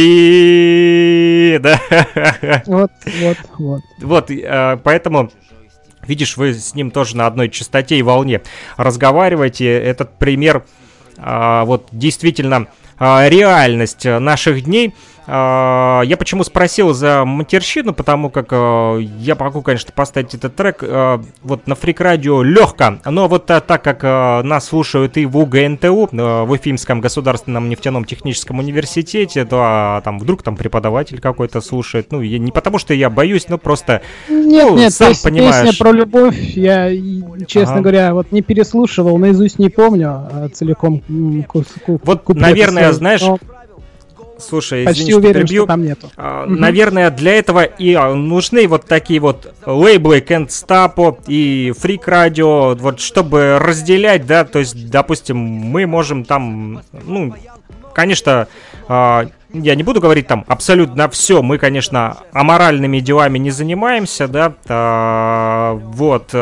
да. Вот. Вот, поэтому, видишь, вы с ним тоже на одной частоте и волне разговариваете. Этот пример, вот, действительно, реальность наших дней. Я почему спросил за матерщину, потому как я могу, конечно, поставить этот трек вот на фрик-радио легко, но вот так как нас слушают и в УГНТУ, в Уфимском государственном нефтяном техническом университете, то там вдруг там преподаватель какой-то слушает, ну, не потому что я боюсь, но просто, нет, сам понимаешь. Песня про любовь, я, честно говоря, вот не переслушивал, наизусть не помню целиком. Вот, наверное, знаешь... Слушай, почти извини, уверен, что там нету. Наверное, для этого и нужны вот такие вот лейблы Кентстапо и Фрик Радио, вот чтобы разделять, да, то есть, допустим, мы можем там, ну, конечно, я не буду говорить там абсолютно все, мы, конечно, аморальными делами не занимаемся, да, вот...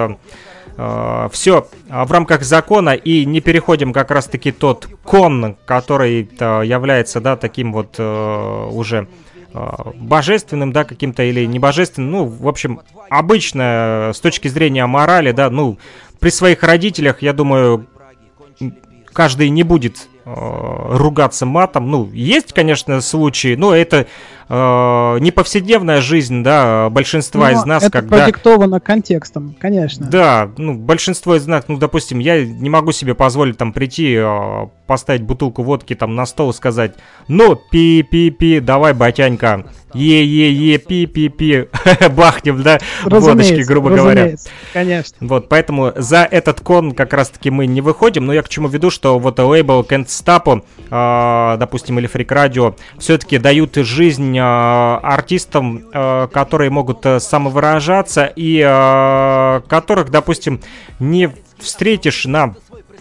все в рамках закона и не переходим как раз-таки тот кон, который является, да, таким вот уже божественным, да, каким-то или небожественным, ну, в общем, обычно с точки зрения морали, да, ну, при своих родителях, я думаю, каждый не будет ругаться матом, ну, есть, конечно, случаи, но это не повседневная жизнь, да, большинства из нас, это когда... продиктовано контекстом, конечно. Да, ну, большинство из нас, ну, допустим, я не могу себе позволить там прийти, поставить бутылку водки там на стол и сказать, ну, пи-пи-пи, давай, батянька, е-е-е, пи-пи-пи, бахнем, да, водочки, грубо говоря. Конечно. Вот, поэтому за этот кон как раз-таки мы не выходим, но я к чему веду, что вот лейбл Кентстапо, допустим, или Фрик Радио, все-таки дают жизнь артистам, которые могут самовыражаться и которых, допустим, не встретишь на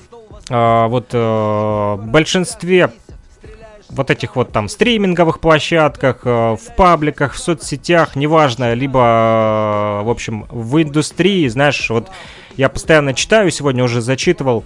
вот большинстве вот этих вот там стриминговых площадках, в пабликах, в соцсетях, неважно, либо, в общем, в индустрии, знаешь, вот я постоянно читаю, сегодня уже зачитывал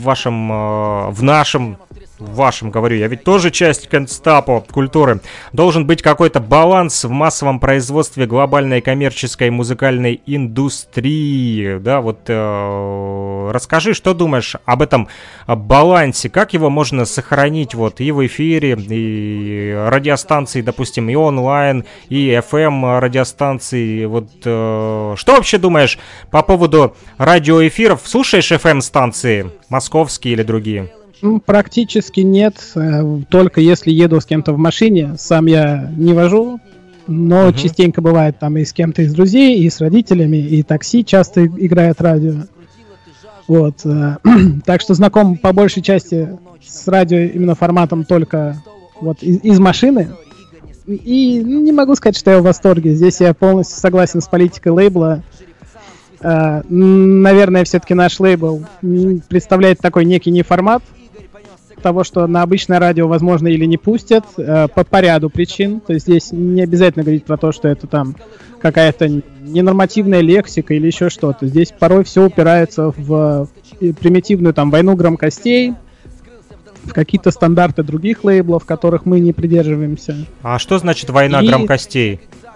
в вашем, говорю, я ведь тоже часть Кентстапо культуры. Должен быть какой-то баланс в массовом производстве глобальной коммерческой музыкальной индустрии. Да, вот расскажи, что думаешь об этом балансе, как его можно сохранить вот и в эфире, и радиостанции, допустим, и онлайн, и FM радиостанции. Вот что вообще думаешь по поводу радиоэфиров? Слушаешь FM-станции, московские или другие? Практически нет, только если еду с кем-то в машине, сам я не вожу, но частенько бывает там и с кем-то из друзей, и с родителями, и такси часто играет радио. Вот, так что знаком по большей части с радио именно форматом только вот из машины. И не могу сказать, что я в восторге. Здесь я полностью согласен с политикой лейбла. Наверное, все-таки наш лейбл представляет такой некий неформат того, что на обычное радио, возможно, или не пустят по ряду причин. То есть здесь не обязательно говорить про то, что это там какая-то ненормативная лексика или еще что-то. Здесь порой все упирается в примитивную там войну громкостей, в какие-то стандарты других лейблов, которых мы не придерживаемся. А что значит война громкостей?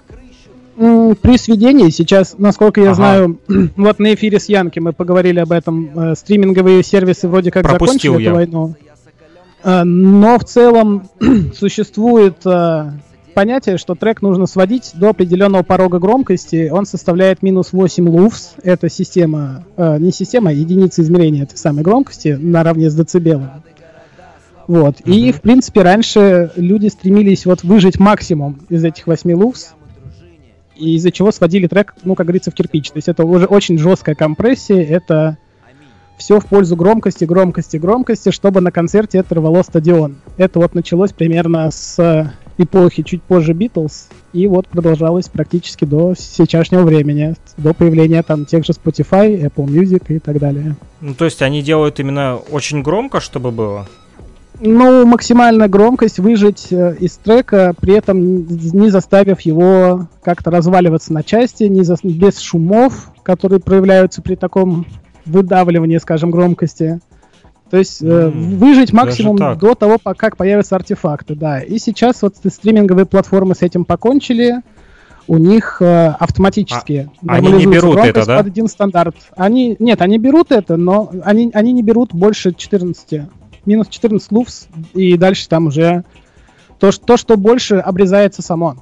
При сведении сейчас, насколько я знаю, вот на эфире с Янки мы поговорили об этом, стриминговые сервисы вроде как закончили эту войну. Но в целом существует понятие, что трек нужно сводить до определенного порога громкости. Он составляет минус 8 луфс. Это система, не система, а единица измерения этой самой громкости наравне с децибелом. Вот. И, в принципе, раньше люди стремились вот выжать максимум из этих 8 луфс, и из-за чего сводили трек, ну, как говорится, в кирпич. То есть это уже очень жесткая компрессия, это все в пользу громкости, чтобы на концерте это рвало стадион. Это вот началось примерно с эпохи, чуть позже Beatles, и вот продолжалось практически до сейчасшнего времени, до появления там тех же Spotify, Apple Music и так далее. Ну, то есть они делают именно очень громко, чтобы было? Ну, максимальная громкость выжать из трека, при этом не заставив его как-то разваливаться на части, без шумов, которые проявляются при таком выдавливании, скажем, громкости. То есть выжить максимум до того, как появятся артефакты, да. И сейчас вот стриминговые платформы с этим покончили. У них автоматически они не берут это, да? под один стандарт. Они берут это, но они не берут больше 14. Минус 14 луфс, и дальше там уже то, что больше обрезается само.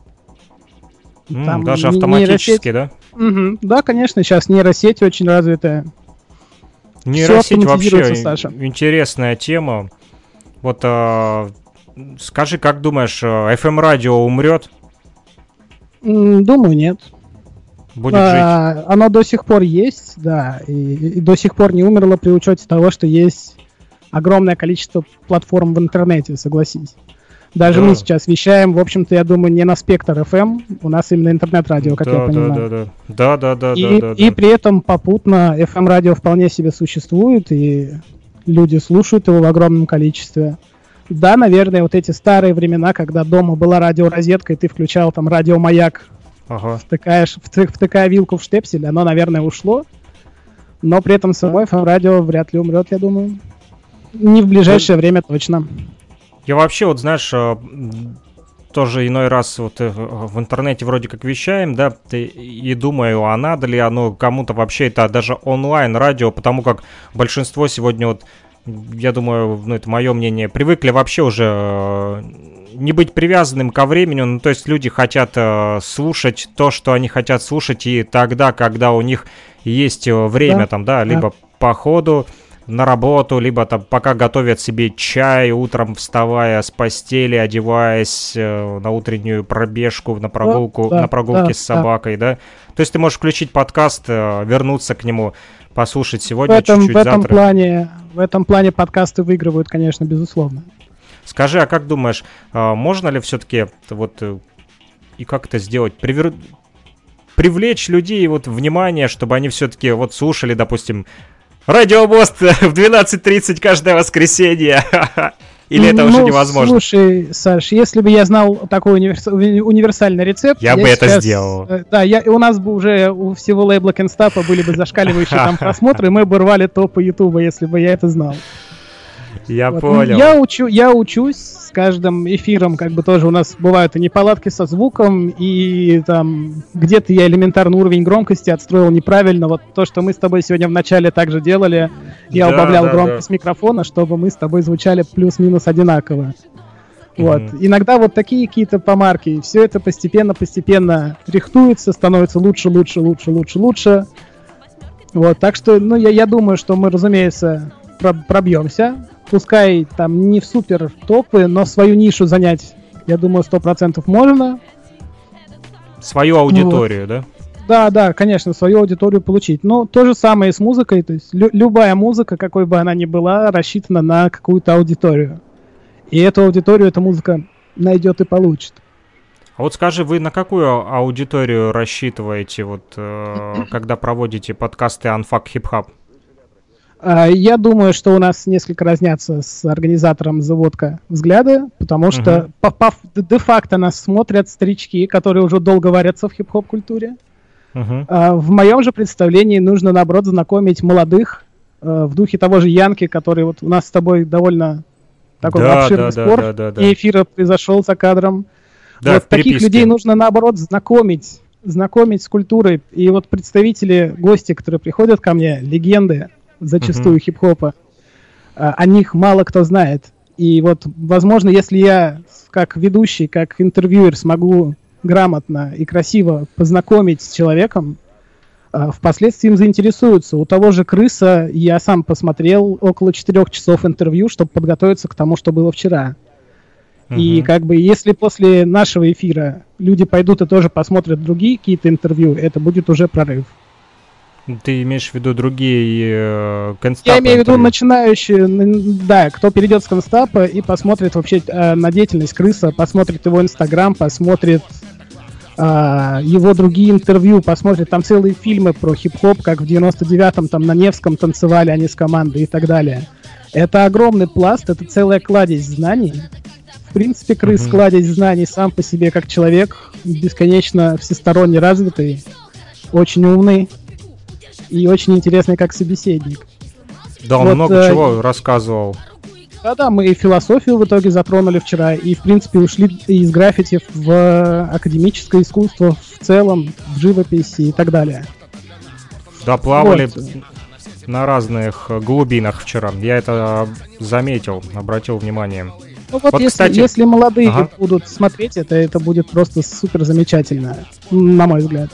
Там даже автоматически, да? Угу. Да, конечно, сейчас нейросеть очень развитая. Нейросеть вообще Саша. Интересная тема. Вот скажи, как думаешь, FM-радио умрет? Думаю, нет. Будет жить? Оно до сих пор есть, да, и до сих пор не умерло при учете того, что есть огромное количество платформ в интернете, согласись. Даже мы сейчас вещаем, в общем-то, я думаю, не на Спектр FM, у нас именно интернет-радио, как я понимаю. Да. И при этом попутно FM-радио вполне себе существует, и люди слушают его в огромном количестве. Да, наверное, вот эти старые времена, когда дома была радиорозетка, и ты включал там радиомаяк, втыкая вилку в штепсель, оно, наверное, ушло. Но при этом само FM-радио вряд ли умрет, я думаю. Не в ближайшее время точно. Я вообще, вот знаешь, тоже иной раз вот в интернете вроде как вещаем, да, и думаю, а надо ли оно кому-то вообще, это даже онлайн-радио, потому как большинство сегодня вот, я думаю, ну это мое мнение, привыкли вообще уже не быть привязанным ко времени, ну то есть люди хотят слушать то, что они хотят слушать, и тогда, когда у них есть время, там, да, либо по ходу на работу, либо там пока готовят себе чай, утром вставая с постели, одеваясь на утреннюю пробежку, на прогулку, на прогулке с собакой, да. То есть ты можешь включить подкаст, вернуться к нему, послушать сегодня, чуть-чуть завтра. В этом плане подкасты выигрывают, конечно, безусловно. Скажи, а как думаешь, можно ли все-таки вот и как это сделать? Привлечь людей вот внимание, чтобы они все-таки вот слушали, допустим, Радио Мост в 12:30 каждое воскресенье. Или это уже невозможно? Слушай, Саш, если бы я знал такой универсальный рецепт... Я бы это сделал. Да, у нас бы уже у всего лейбла Кенстапа были бы зашкаливающие там просмотры, и мы бы рвали топы Ютуба, если бы я это знал. Я понял. Я учусь с каждым эфиром, как бы тоже у нас бывают и неполадки со звуком, и там где-то я элементарный уровень громкости отстроил неправильно. Вот то, что мы с тобой сегодня в начале также делали, я убавлял громкость микрофона, чтобы мы с тобой звучали плюс-минус одинаково. Вот. Иногда вот такие какие-то помарки, и все это постепенно рихтуется, становится лучше. Вот, так что, ну, я думаю, что мы, разумеется, пробьемся. Пускай там не в супер топы, но свою нишу занять, я думаю, 100% можно. Свою аудиторию, вот. Да? Да, конечно, свою аудиторию получить. Но то же самое и с музыкой. То есть любая музыка, какой бы она ни была, рассчитана на какую-то аудиторию. И эту аудиторию эта музыка найдет и получит. А вот скажи, вы на какую аудиторию рассчитываете, вот, когда проводите подкасты Unfuck Hip Hop? Я думаю, что у нас несколько разнятся с организатором «Заводка» взгляды, потому что де-факто нас смотрят старички, которые уже долго варятся в хип-хоп культуре. В моем же представлении нужно, наоборот, знакомить молодых в духе того же Янки, который вот у нас с тобой довольно такой обширный спор и эфира произошел за кадром. Да, вот таких людей нужно, наоборот, знакомить с культурой. И вот представители, гости, которые приходят ко мне, легенды, зачастую хип-хопа, о них мало кто знает. И вот, возможно, если я как ведущий, как интервьюер смогу грамотно и красиво познакомить с человеком, впоследствии им заинтересуются. У того же Крыса я сам посмотрел около 4 часов интервью, чтобы подготовиться к тому, что было вчера. И как бы если после нашего эфира люди пойдут и тоже посмотрят другие какие-то интервью, это будет уже прорыв. Ты имеешь в виду другие констапы? Я имею в виду начинающие, да, кто перейдет с констапа и посмотрит вообще на деятельность Крыса, посмотрит его инстаграм, посмотрит его другие интервью, посмотрит там целые фильмы про хип-хоп, как в 99-м там на Невском танцевали они с командой и так далее. Это огромный пласт, это целая кладезь знаний. В принципе, Крыс кладезь знаний сам по себе как человек, бесконечно всесторонне развитый, очень умный и очень интересный как собеседник. Да, он много чего рассказывал. Да-да, мы и философию в итоге затронули вчера, и, в принципе, ушли из граффити в академическое искусство в целом, в живопись и так далее. Да, плавали на разных глубинах вчера. Я это заметил, обратил внимание. Ну вот если молодые будут смотреть это будет просто супер замечательно, на мой взгляд.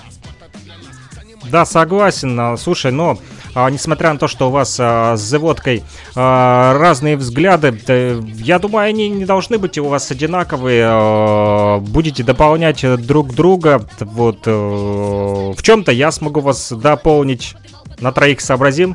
Да, согласен. Слушай, но несмотря на то, что у вас с The Водкой разные взгляды, я думаю, они не должны быть у вас одинаковые. Будете дополнять друг друга. Вот в чем-то я смогу вас дополнить. На троих сообразим?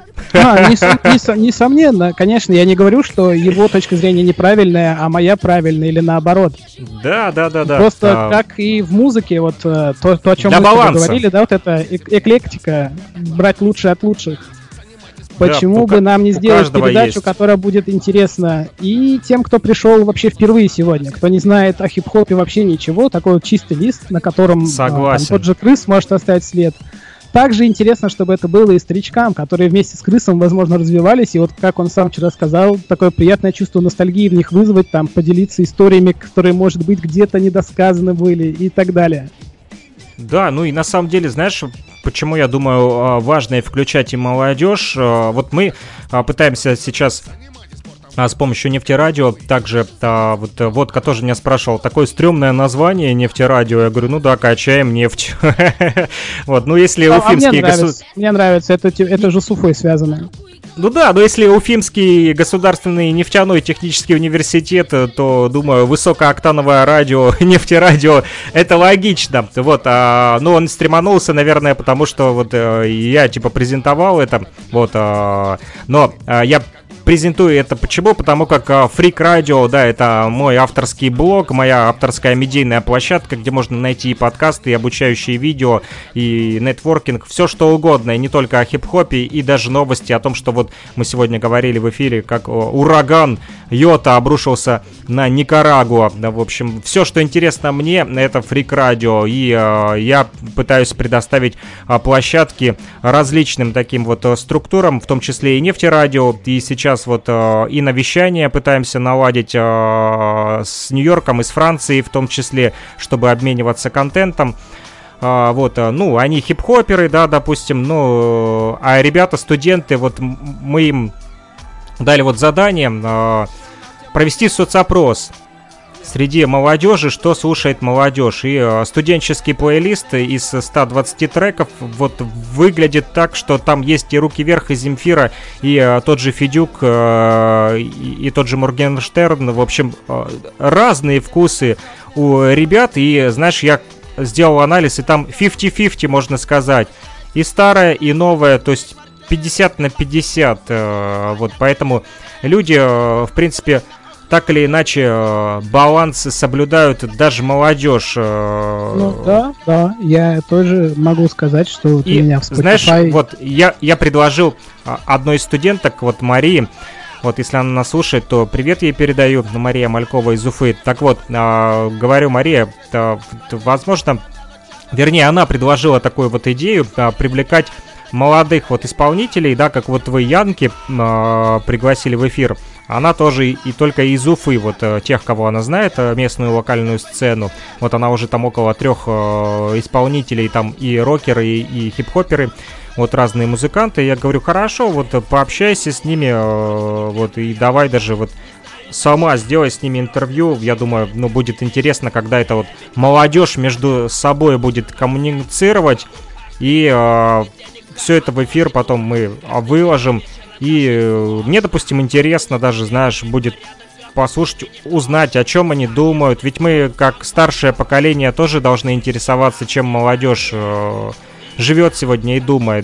Несомненно, конечно, я не говорю, что его точка зрения неправильная, а моя правильная или наоборот. Да. Просто как и в музыке, вот то, о чем мы говорили, да, вот эта эклектика, брать лучшее от лучших. Почему бы нам не сделать передачу, которая будет интересна и тем, кто пришел вообще впервые сегодня, кто не знает о хип-хопе вообще ничего, такой вот чистый лист, на котором тот же Крыс может оставить след. Также интересно, чтобы это было и старичкам, которые вместе с Крысом, возможно, развивались. И вот, как он сам вчера сказал, такое приятное чувство ностальгии в них вызвать, там, поделиться историями, которые, может быть, где-то недосказаны были и так далее. Да, ну и на самом деле, знаешь, почему, я думаю, важно включать и молодежь? Вот мы пытаемся сейчас... с помощью нефтерадио также Водка тоже меня спрашивал, такое стрёмное название нефтерадио. Я говорю, ну да, качаем нефть. Вот, ну если уфимский... Мне нравится, это же с Уфой связано. Ну да, но если Уфимский государственный нефтяной технический университет, то, думаю, высокооктановое радио, нефтерадио, это логично. Вот, ну он стреманулся, наверное, потому что вот я типа презентовал это, вот, но я презентую это почему? Потому как Freak Radio, да, это мой авторский блог, моя авторская медийная площадка, где можно найти и подкасты, и обучающие видео, и нетворкинг, все что угодно, и не только о хип-хопе, и даже новости о том, что вот мы сегодня говорили в эфире, как ураган Йота обрушился на Никарагуа. В общем, все, что интересно мне, это Freak Radio, и я пытаюсь предоставить площадки различным таким вот структурам, в том числе и нефтерадио, и сейчас вот и навещание пытаемся наладить с Нью-Йорком и с Францией в том числе, чтобы обмениваться контентом. Вот, ну, они хип-хоперы, да, допустим, ну, а ребята, студенты, вот мы им дали вот задание провести соцопрос среди молодежи, что слушает молодежь. И студенческий плейлист из 120 треков вот выглядит так, что там есть и «Руки вверх», и «Земфира», и тот же Федюк, и тот же Моргенштерн. В общем, разные вкусы у ребят. И, знаешь, я сделал анализ, и там 50-50, можно сказать. И старое, и новое, то есть 50 на 50. Вот, поэтому люди, в принципе, так или иначе, баланс соблюдают, даже молодежь. Ну да, я тоже могу сказать, что вот у меня в Spotify... Знаешь, вот я предложил одной из студенток, вот Марии, вот если она нас слушает, то привет ей передаю, Мария Малькова из Уфы. Так вот, говорю, Мария, возможно, вернее, она предложила такую вот идею привлекать молодых вот исполнителей, да, как вот вы Янки пригласили в эфир. Она тоже и только из Уфы, вот тех, кого она знает, местную локальную сцену. Вот она уже там около 3 исполнителей, там и рокеры, и хип-хоперы, вот разные музыканты. Я говорю, хорошо, вот пообщайся с ними, вот, и давай даже вот сама сделай с ними интервью. Я думаю, ну, будет интересно, когда это вот молодежь между собой будет коммуницировать, и все это в эфир потом мы выложим. И мне, допустим, интересно даже, знаешь, будет послушать, узнать, о чем они думают. Ведь мы, как старшее поколение, тоже должны интересоваться, чем молодежь живет сегодня и думает, да?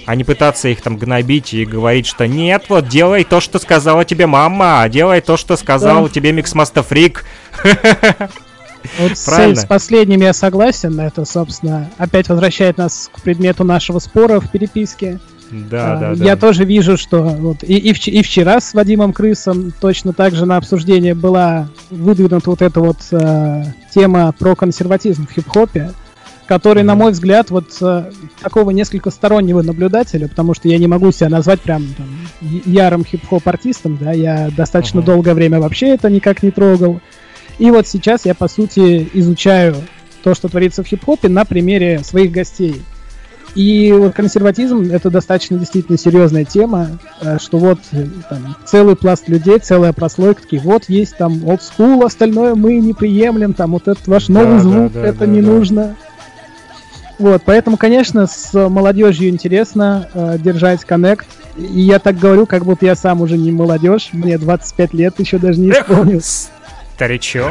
а не пытаться их там гнобить и говорить, что нет, вот делай то, что сказала тебе мама, делай то, что сказал тебе Mixmaster Freak. Вот с последним я согласен. Это, собственно, опять возвращает нас к предмету нашего спора в переписке. Да. Я тоже вижу, что вот и вчера с Вадимом Крысом точно так же на обсуждение была выдвинута вот эта вот тема про консерватизм в хип-хопе, который, на мой взгляд, вот такого несколько стороннего наблюдателя, потому что я не могу себя назвать прям там, ярым хип-хоп-артистом, да, я достаточно долгое время вообще это никак не трогал. И вот сейчас я, по сути, изучаю то, что творится в хип-хопе на примере своих гостей. И вот консерватизм — это достаточно действительно серьезная тема, что вот там, целый пласт людей, целая прослойка, такие, вот есть там old school, остальное мы не приемлем, там вот этот ваш новый звук, это не нужно. Вот, поэтому, конечно, с молодежью интересно держать коннект. И я так говорю, как будто я сам уже не молодежь, мне 25 лет, еще даже не исполнилось. Старичок.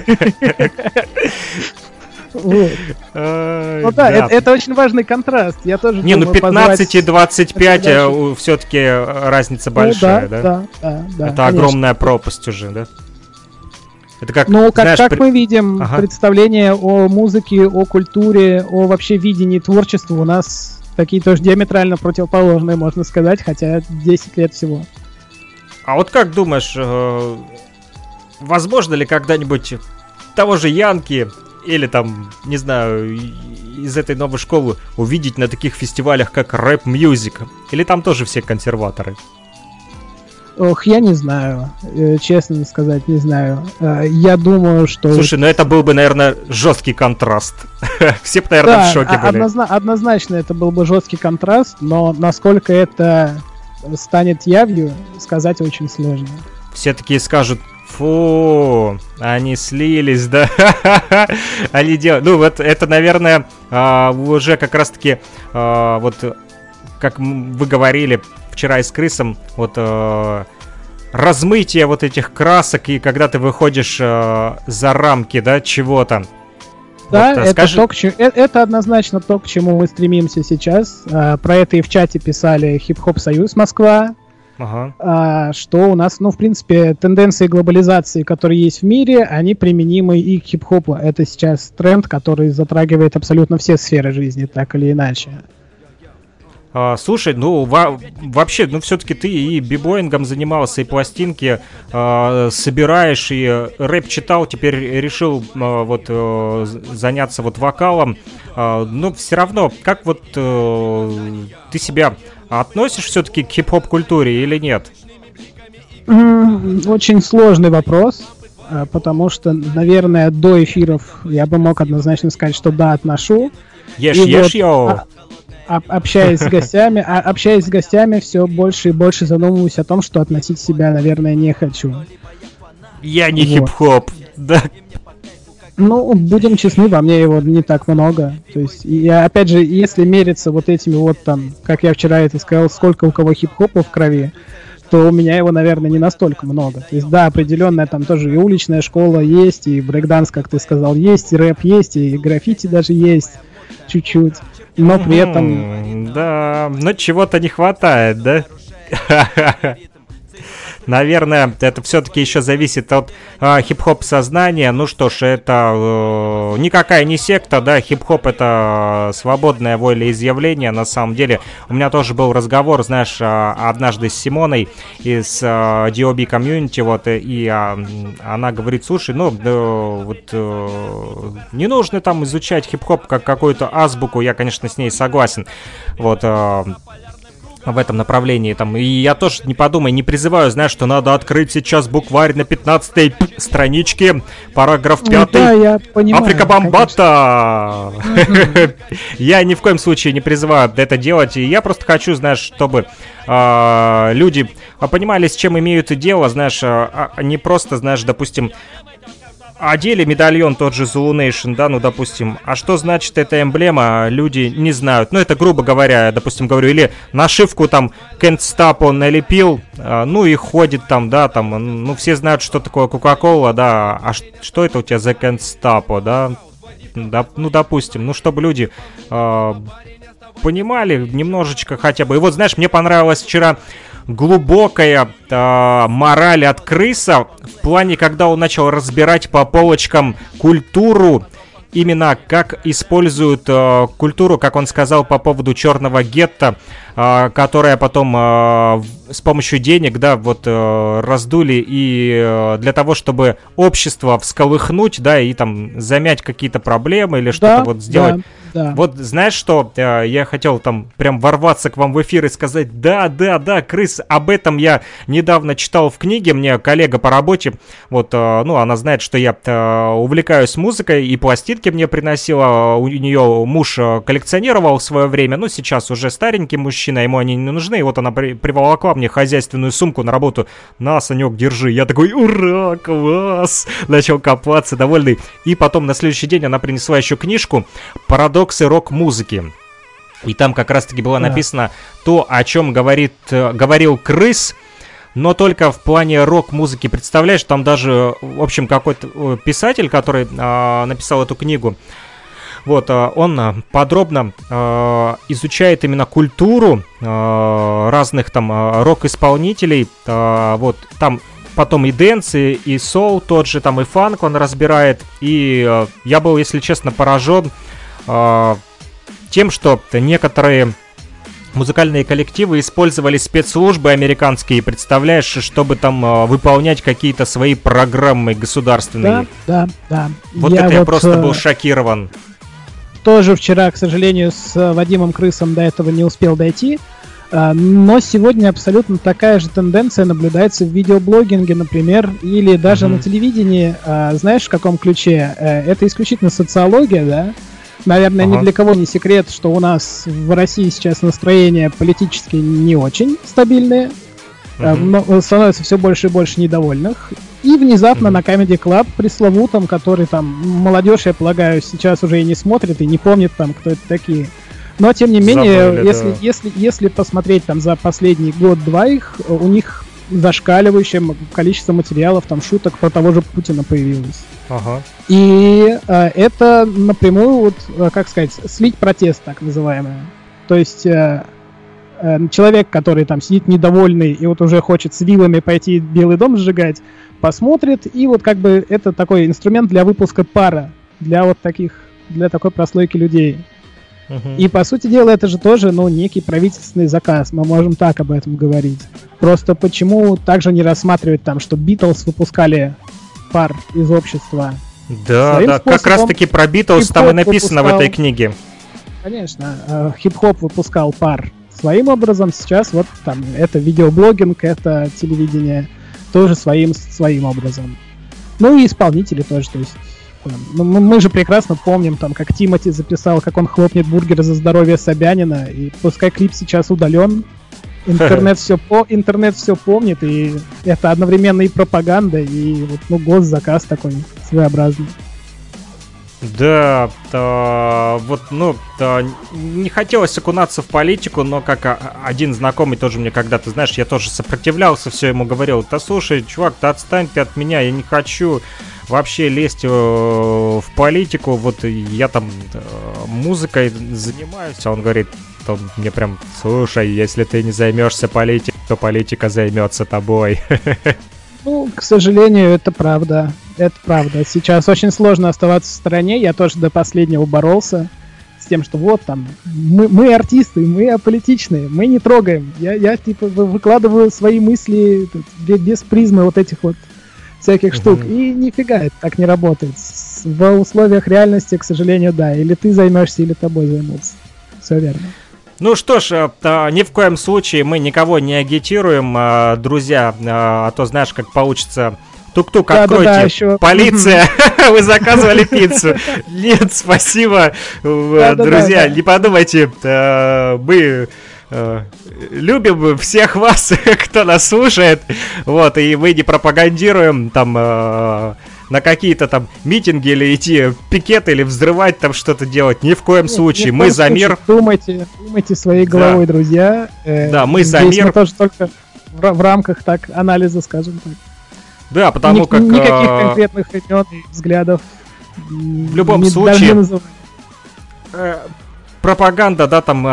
Вот. Ну да, это очень важный контраст. Я тоже не, ну 15 и 25 все-таки разница большая, да? Да. Это огромная пропасть уже, да? Это как, ну, знаешь, как мы видим, представления о музыке, о культуре, о вообще видении творчества у нас такие тоже диаметрально противоположные, можно сказать, хотя 10 лет всего. А вот как думаешь, возможно ли когда-нибудь того же Янки или там, не знаю, из этой новой школы увидеть на таких фестивалях, как Rap Music? Или там тоже все консерваторы? Ох, я не знаю. Честно сказать, не знаю. Я думаю, что... Слушай, ну это был бы, наверное, жесткий контраст. Все бы, наверное, в шоке были. Однозначно это был бы жесткий контраст, но насколько это станет явью, сказать очень сложно. Все такие скажут: фу, они слились, да? Они делают... Ну, вот это, наверное, уже как раз-таки, вот, как вы говорили вчера и с Крысом, вот, размытие вот этих красок, и когда ты выходишь за рамки, да, чего-то. Да, вот, это однозначно то, к чему мы стремимся сейчас. Про это и в чате писали Хип-Хоп Союз Москва. Что у нас, ну, в принципе, тенденции глобализации, которые есть в мире, они применимы и к хип-хопу. Это сейчас тренд, который затрагивает абсолютно все сферы жизни, так или иначе. Слушай, ну, вообще, ну, все-таки ты и бибоингом занимался, и пластинки собираешь, и рэп читал, теперь решил вот заняться вот вокалом. Но все равно, как вот ты себя относишь все-таки к хип-хоп-культуре или нет? Очень сложный вопрос, потому что, наверное, до эфиров я бы мог однозначно сказать, что да, отношу. Общаясь с гостями, все больше и больше задумываюсь о том, что относить себя, наверное, не хочу. Я не хип-хоп, да. Ну, будем честны, во мне его не так много. То есть, и опять же, если мериться вот этими вот там, как я вчера это сказал, сколько у кого хип-хопа в крови, то у меня его, наверное, не настолько много. То есть, да, определенная там тоже и уличная школа есть, и брейкданс, как ты сказал, есть, и рэп есть, и граффити даже есть чуть-чуть. Но при этом... Да, но чего-то не хватает, да? Наверное, это все-таки еще зависит от хип-хоп сознания. Ну что ж, это никакая не секта, да, хип-хоп — это свободное волеизъявление. На самом деле, у меня тоже был разговор, знаешь, однажды с Симоной из DOB комьюнити, вот, и она говорит: слушай, ну, вот, не нужно там изучать хип-хоп как какую-то азбуку. Я, конечно, с ней согласен, вот, в этом направлении, там, и я тоже, не подумай, не призываю, знаешь, что надо открыть сейчас букварь на 15-й страничке, параграф 5. Да, я понимаю, Африка Бомбата! Я ни в коем случае не призываю это делать, и я просто хочу, знаешь, чтобы люди понимали, с чем имеют дело, знаешь, не просто, знаешь, допустим, одели медальон тот же Zulu Nation, да, ну, допустим, а что значит эта эмблема, люди не знают. Ну, это, грубо говоря, допустим, говорю, или нашивку там Can't Stop он налепил, ну, и ходит там, да, там, ну, все знают, что такое Coca-Cola, да, а что это у тебя за Can't Stop, да, ну, допустим, ну, чтобы люди понимали немножечко хотя бы. И вот, знаешь, мне понравилось вчера глубокая мораль от Крыса в плане, когда он начал разбирать по полочкам культуру, именно как используют культуру, как он сказал по поводу черного гетто, которая потом с помощью денег, да, вот раздули и для того, чтобы общество всколыхнуть, да, и там замять какие-то проблемы или что-то вот сделать. Да. Вот знаешь что, я хотел там прям ворваться к вам в эфир и сказать, да, Крыс, об этом я недавно читал в книге, мне коллега по работе, вот, ну, она знает, что я увлекаюсь музыкой, и пластинки мне приносила, у нее муж коллекционировал в свое время, ну, сейчас уже старенький мужчина, ему они не нужны, и вот она приволокла мне хозяйственную сумку на работу, на, Санек, держи, я такой, ура, класс, начал копаться, довольный, и потом на следующий день она принесла еще книжку «Парадоксы рок-музыки». И там как раз-таки было написано то, о чем говорил Крыс, но только в плане рок-музыки. Представляешь, там даже, в общем, какой-то писатель, который написал эту книгу, вот, он подробно изучает именно культуру разных там рок-исполнителей, вот, там потом и дэнс, и соул тот же, там и фанк он разбирает, и я был, если честно, поражен тем, что некоторые музыкальные коллективы использовали спецслужбы американские, представляешь, чтобы там выполнять какие-то свои программы государственные. Да. Вот я просто был шокирован. Тоже вчера, к сожалению, с Вадимом Крысом до этого не успел дойти, но сегодня абсолютно такая же тенденция наблюдается в видеоблогинге, например, или даже на телевидении. Знаешь, в каком ключе? Это исключительно социология, да? Наверное, ни для кого не секрет, что у нас в России сейчас настроения политически не очень стабильные, но становится все больше и больше недовольных. И внезапно на Comedy Club пресловутом, который там молодежь, я полагаю, сейчас уже и не смотрит, и не помнит там, кто это такие. Но, тем не менее, если посмотреть там за последний год-два их, у них зашкаливающее количество материалов, там, шуток про того же Путина появилось. И это напрямую, вот, как сказать, слить протест, так называемый. То есть человек, который там сидит недовольный и вот уже хочет с вилами пойти Белый дом сжигать, посмотрит, и вот как бы это такой инструмент для выпуска пара, для вот таких, для такой прослойки людей. И, по сути дела, это же тоже, ну, некий правительственный заказ, мы можем так об этом говорить. Просто почему также не рассматривать там, что Битлз выпускали пар из общества? Да, как раз-таки про Битлз там и написано в этой книге. Конечно, хип-хоп выпускал пар своим образом, сейчас вот там это видеоблогинг, это телевидение тоже своим образом. Ну и исполнители тоже, то есть мы же прекрасно помним, там, как Тимати записал, как он хлопнет бургер за здоровье Собянина, и пускай клип сейчас удален, интернет все помнит, и это одновременно и пропаганда, и вот, ну, госзаказ такой своеобразный. Да, вот, ну, не хотелось окунаться в политику, но как один знакомый тоже мне когда-то, знаешь, я тоже сопротивлялся, все ему говорил, да слушай, чувак, да отстань ты от меня, я не хочу вообще лезть в политику, вот я там музыкой занимаюсь, а он говорит мне прям, слушай, если ты не займешься политикой, то политика займется тобой. Ну, к сожалению, это правда. Это правда. Сейчас очень сложно оставаться в стороне. Я тоже до последнего боролся с тем, что вот там мы артисты, мы аполитичные, мы не трогаем. Я типа выкладываю свои мысли без призмы вот этих вот всяких штук. И нифига это так не работает. В условиях реальности, к сожалению, да. Или ты займешься, или тобой займутся. Все верно. Ну что ж, ни в коем случае мы никого не агитируем, друзья, а то знаешь, как получится. Тук-тук, откройте, полиция, вы заказывали пиццу. Нет, спасибо, друзья, не подумайте, мы любим всех вас, кто нас слушает, вот, и мы не пропагандируем там на какие-то там митинги или идти пикеты или взрывать там что-то делать. Ни в коем случае. Мы за мир. Думайте своей головой, друзья. Да, мы за мир. Мы тоже только в рамках так анализа, скажем так. Да, потому как... Никаких конкретных имен и взглядов. В любом случае... пропаганда, да, там,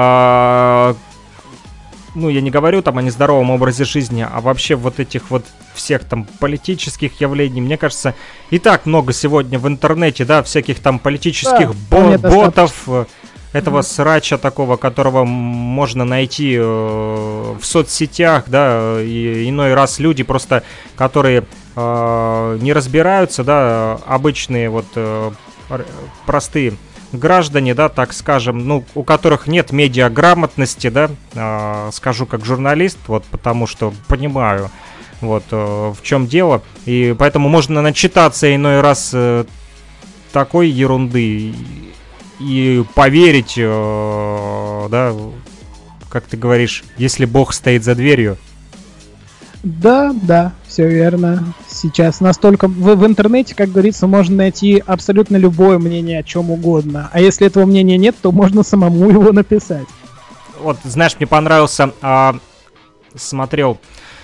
ну, я не говорю там о нездоровом образе жизни, а вообще вот этих вот всех там политических явлений, мне кажется, и так много сегодня в интернете, да, всяких там политических ботов, этого срача такого, которого можно найти в соцсетях, да, и иной раз люди просто, которые не разбираются, да, обычные вот простые граждане, да, так скажем, ну, у которых нет медиаграмотности, да, скажу как журналист, вот, потому что понимаю, вот, в чем дело, и поэтому можно начитаться иной раз такой ерунды и поверить, да, как ты говоришь, если Бог стоит за дверью. Да, все верно. Сейчас настолько в интернете, как говорится, можно найти абсолютно любое мнение о чем угодно. А если этого мнения нет, то можно самому его написать. Вот, знаешь, мне понравился, смотрел,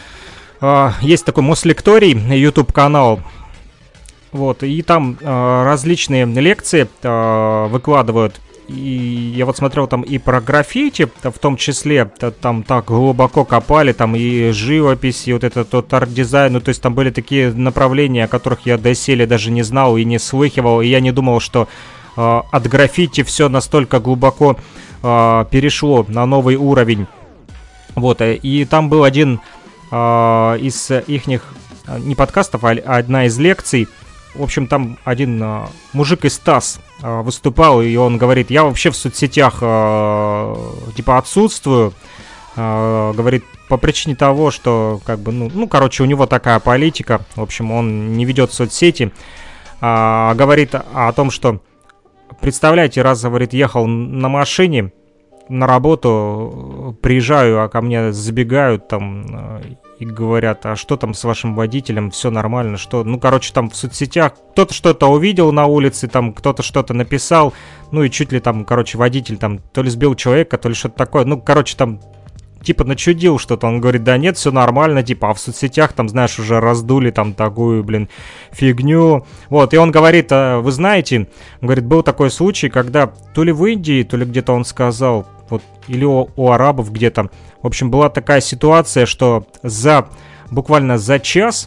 есть такой Мослекторий, YouTube-канал, вот, и там различные лекции выкладывают. И я вот смотрел там и про граффити, в том числе, там так глубоко копали, там и живопись, и вот это тот арт-дизайн, ну то есть там были такие направления, о которых я доселе даже не знал и не слыхивал, и я не думал, что от граффити все настолько глубоко перешло на новый уровень. Вот, и там был один из ихних, не подкастов, а одна из лекций. В общем, там один мужик из ТАСС выступал, и он говорит, я вообще в соцсетях типа отсутствую, говорит, по причине того, что, как бы, ну, короче, у него такая политика, в общем, он не ведет соцсети, говорит о том, что, представляете, раз, говорит, ехал на машине на работу, приезжаю, а ко мне забегают там и говорят, а что там с вашим водителем, все нормально, что, ну, короче, там в соцсетях кто-то что-то увидел на улице, там кто-то что-то написал, ну, и чуть ли там, короче, водитель там то ли сбил человека, то ли что-то такое, ну, короче, там, типа, начудил что-то, он говорит, да нет, все нормально, типа, а в соцсетях там, знаешь, уже раздули там такую, блин, фигню, вот, и он говорит, вы знаете, он говорит, был такой случай, когда то ли в Индии, то ли где-то он сказал, вот, или у арабов где-то, в общем, была такая ситуация, что буквально за час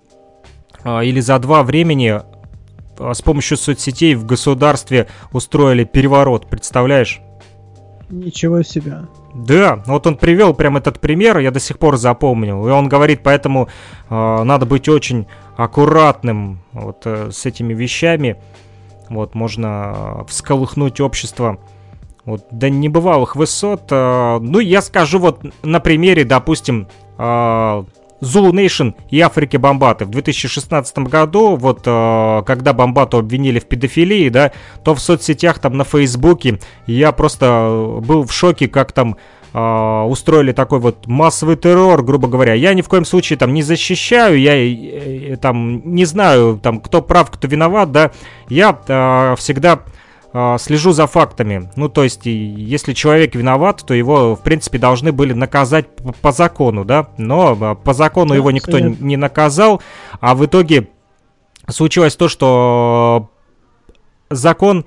или за 2 времени с помощью соцсетей в государстве устроили переворот, представляешь? Ничего себе. Да, вот он привел прям этот пример, я до сих пор запомнил. И он говорит, поэтому надо быть очень аккуратным вот, с этими вещами. Вот, можно всколыхнуть общество вот, до небывалых высот. Ну, я скажу вот на примере, допустим, Zulu Nation и Африки Бамбаты. В 2016 году, вот, когда Бамбату обвинили в педофилии, да, то в соцсетях, там, на Фейсбуке, я просто был в шоке, как там устроили такой вот массовый террор, грубо говоря. Я ни в коем случае там не защищаю, я там не знаю, там, кто прав, кто виноват, да. Я всегда слежу за фактами. Ну, то есть, если человек виноват, то его, в принципе, должны были наказать по закону, да. Но по закону его никто не наказал, а в итоге случилось то, что закон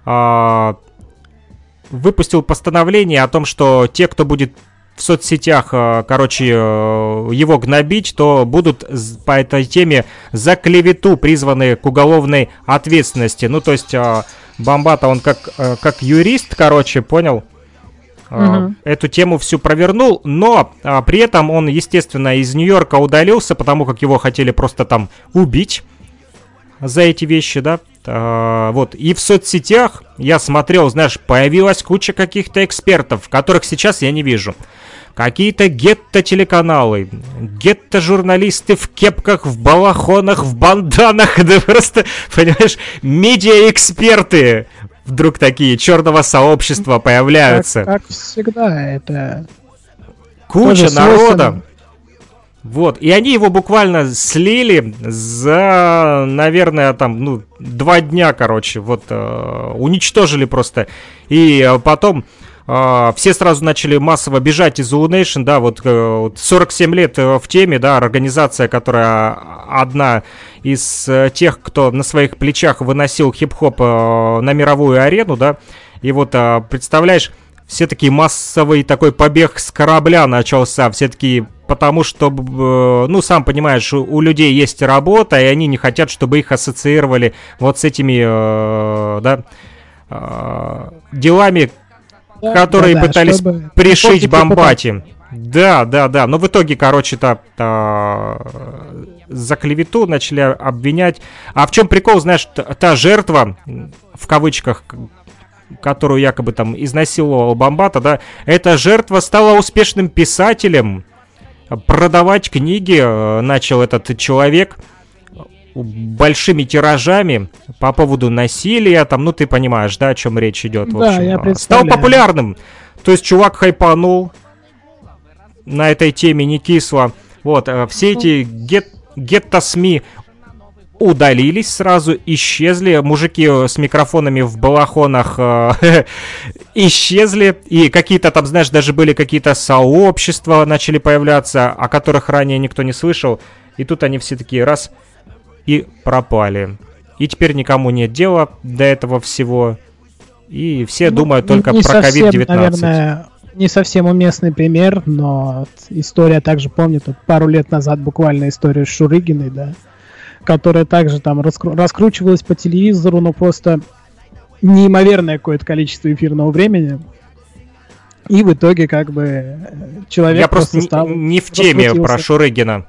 выпустил постановление о том, что те, кто будет в соцсетях, короче, его гнобить, то будут по этой теме за клевету призваны к уголовной ответственности. Ну, то есть Бамбата, он как юрист, короче, понял, эту тему всю провернул, но при этом он, естественно, из Нью-Йорка удалился, потому как его хотели просто там убить за эти вещи, да. Вот, и в соцсетях я смотрел, знаешь, появилась куча каких-то экспертов, которых сейчас я не вижу. Какие-то гетто-телеканалы, гетто-журналисты в кепках, в балахонах, в банданах, да просто, понимаешь, медиа-эксперты вдруг такие черного сообщества появляются. Как всегда, это... Куча народа. Вот, и они его буквально слили за, наверное, там, 2 дня, короче, вот, уничтожили просто. И потом все сразу начали массово бежать из Zulu Nation, да, вот 47 лет в теме, да, организация, которая одна из тех, кто на своих плечах выносил хип-хоп на мировую арену, да, И вот, представляешь, все-таки массовый такой побег с корабля начался, все-таки потому что, ну, сам понимаешь, у людей есть работа, и они не хотят, чтобы их ассоциировали вот с этими, делами, которые пытались пришить Бомбате. Да. Но в итоге, короче-то, за клевету начали обвинять. А в чем прикол, знаешь, та жертва, в кавычках, которую якобы там изнасиловал Бомбата, да, эта жертва стала успешным писателем. Продавать книги начал этот человек большими тиражами по поводу насилия, там, ну ты понимаешь, да, о чем речь идет. В общем, я стал популярным. То есть чувак хайпанул, на этой теме не кисло. Вот, все эти гетто-СМИ удалились сразу, исчезли. Мужики с микрофонами в балахонах исчезли. И какие-то там, знаешь, даже были какие-то сообщества начали появляться, о которых ранее никто не слышал. И тут они все такие раз и пропали. И теперь никому нет дела до этого всего. И все думают только про COVID-19. Наверное, не совсем уместный пример, но история также помню, тут пару лет назад буквально история с Шурыгиной, да, которая также там раскручивалась по телевизору, но просто неимоверное какое-то количество эфирного времени. И в итоге как бы человек... Я просто не в теме про Шурыгина.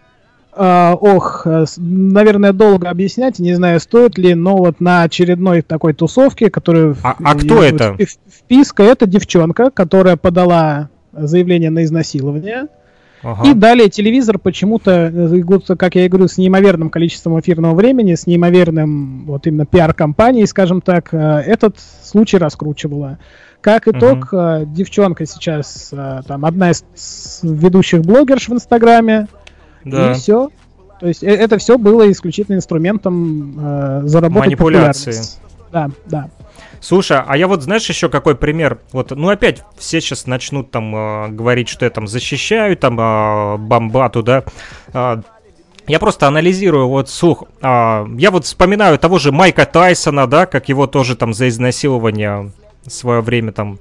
Наверное, долго объяснять, не знаю, стоит ли, но вот на очередной такой тусовке, которую... кто это? Вписка, это девчонка, которая подала заявление на изнасилование. Ага. И далее телевизор почему-то, как я и говорю, с неимоверным количеством эфирного времени, с неимоверным вот именно пиар-компанией, скажем так, этот случай раскручивала. Как итог, девчонка сейчас там одна из ведущих блогерш в Инстаграме. Да. И все. То есть это все было исключительно инструментом заработать популярность. Да. Слушай, а я вот, знаешь, еще какой пример? Вот, ну опять все сейчас начнут там говорить, что я там защищаю, там Бомбату, да. Я просто анализирую вот слух. Я вот вспоминаю того же Майка Тайсона, да, как его тоже там за изнасилование в свое время там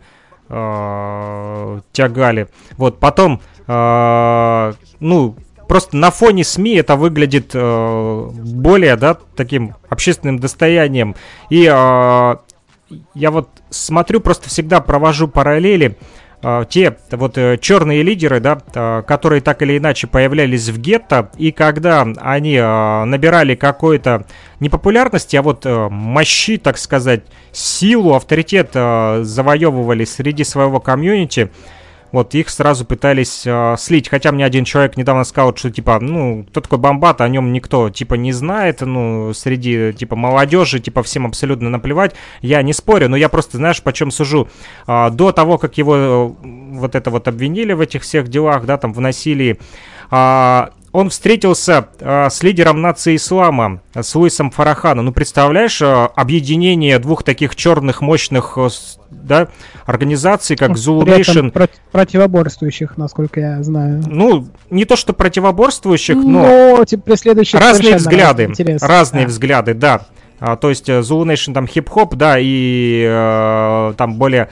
тягали. Вот, потом, просто на фоне СМИ это выглядит более, да, таким общественным достоянием. И я вот смотрю, просто всегда провожу параллели. Те вот черные лидеры, да, которые так или иначе появлялись в гетто, и когда они набирали какой-то не популярности, а вот мощи, так сказать, силу, авторитет завоевывали среди своего комьюнити, вот их сразу пытались слить. Хотя мне один человек недавно сказал, что типа, кто такой Бомбат, о нем никто типа не знает, среди типа молодежи, типа всем абсолютно наплевать. Я не спорю, но я просто, знаешь, почем сужу. До того, как его вот это вот обвинили в этих всех делах, да, там в насилии, он встретился с лидером нации ислама, с Луисом Фараханом. Ну, представляешь, объединение двух таких черных, мощных, да, организаций, как Zulu Nation. Противоборствующих, насколько я знаю. Ну, не то, что противоборствующих, но типа, преследующих разные взгляды. Разные взгляды, да. То есть Zulu Nation там хип-хоп, да, и там более,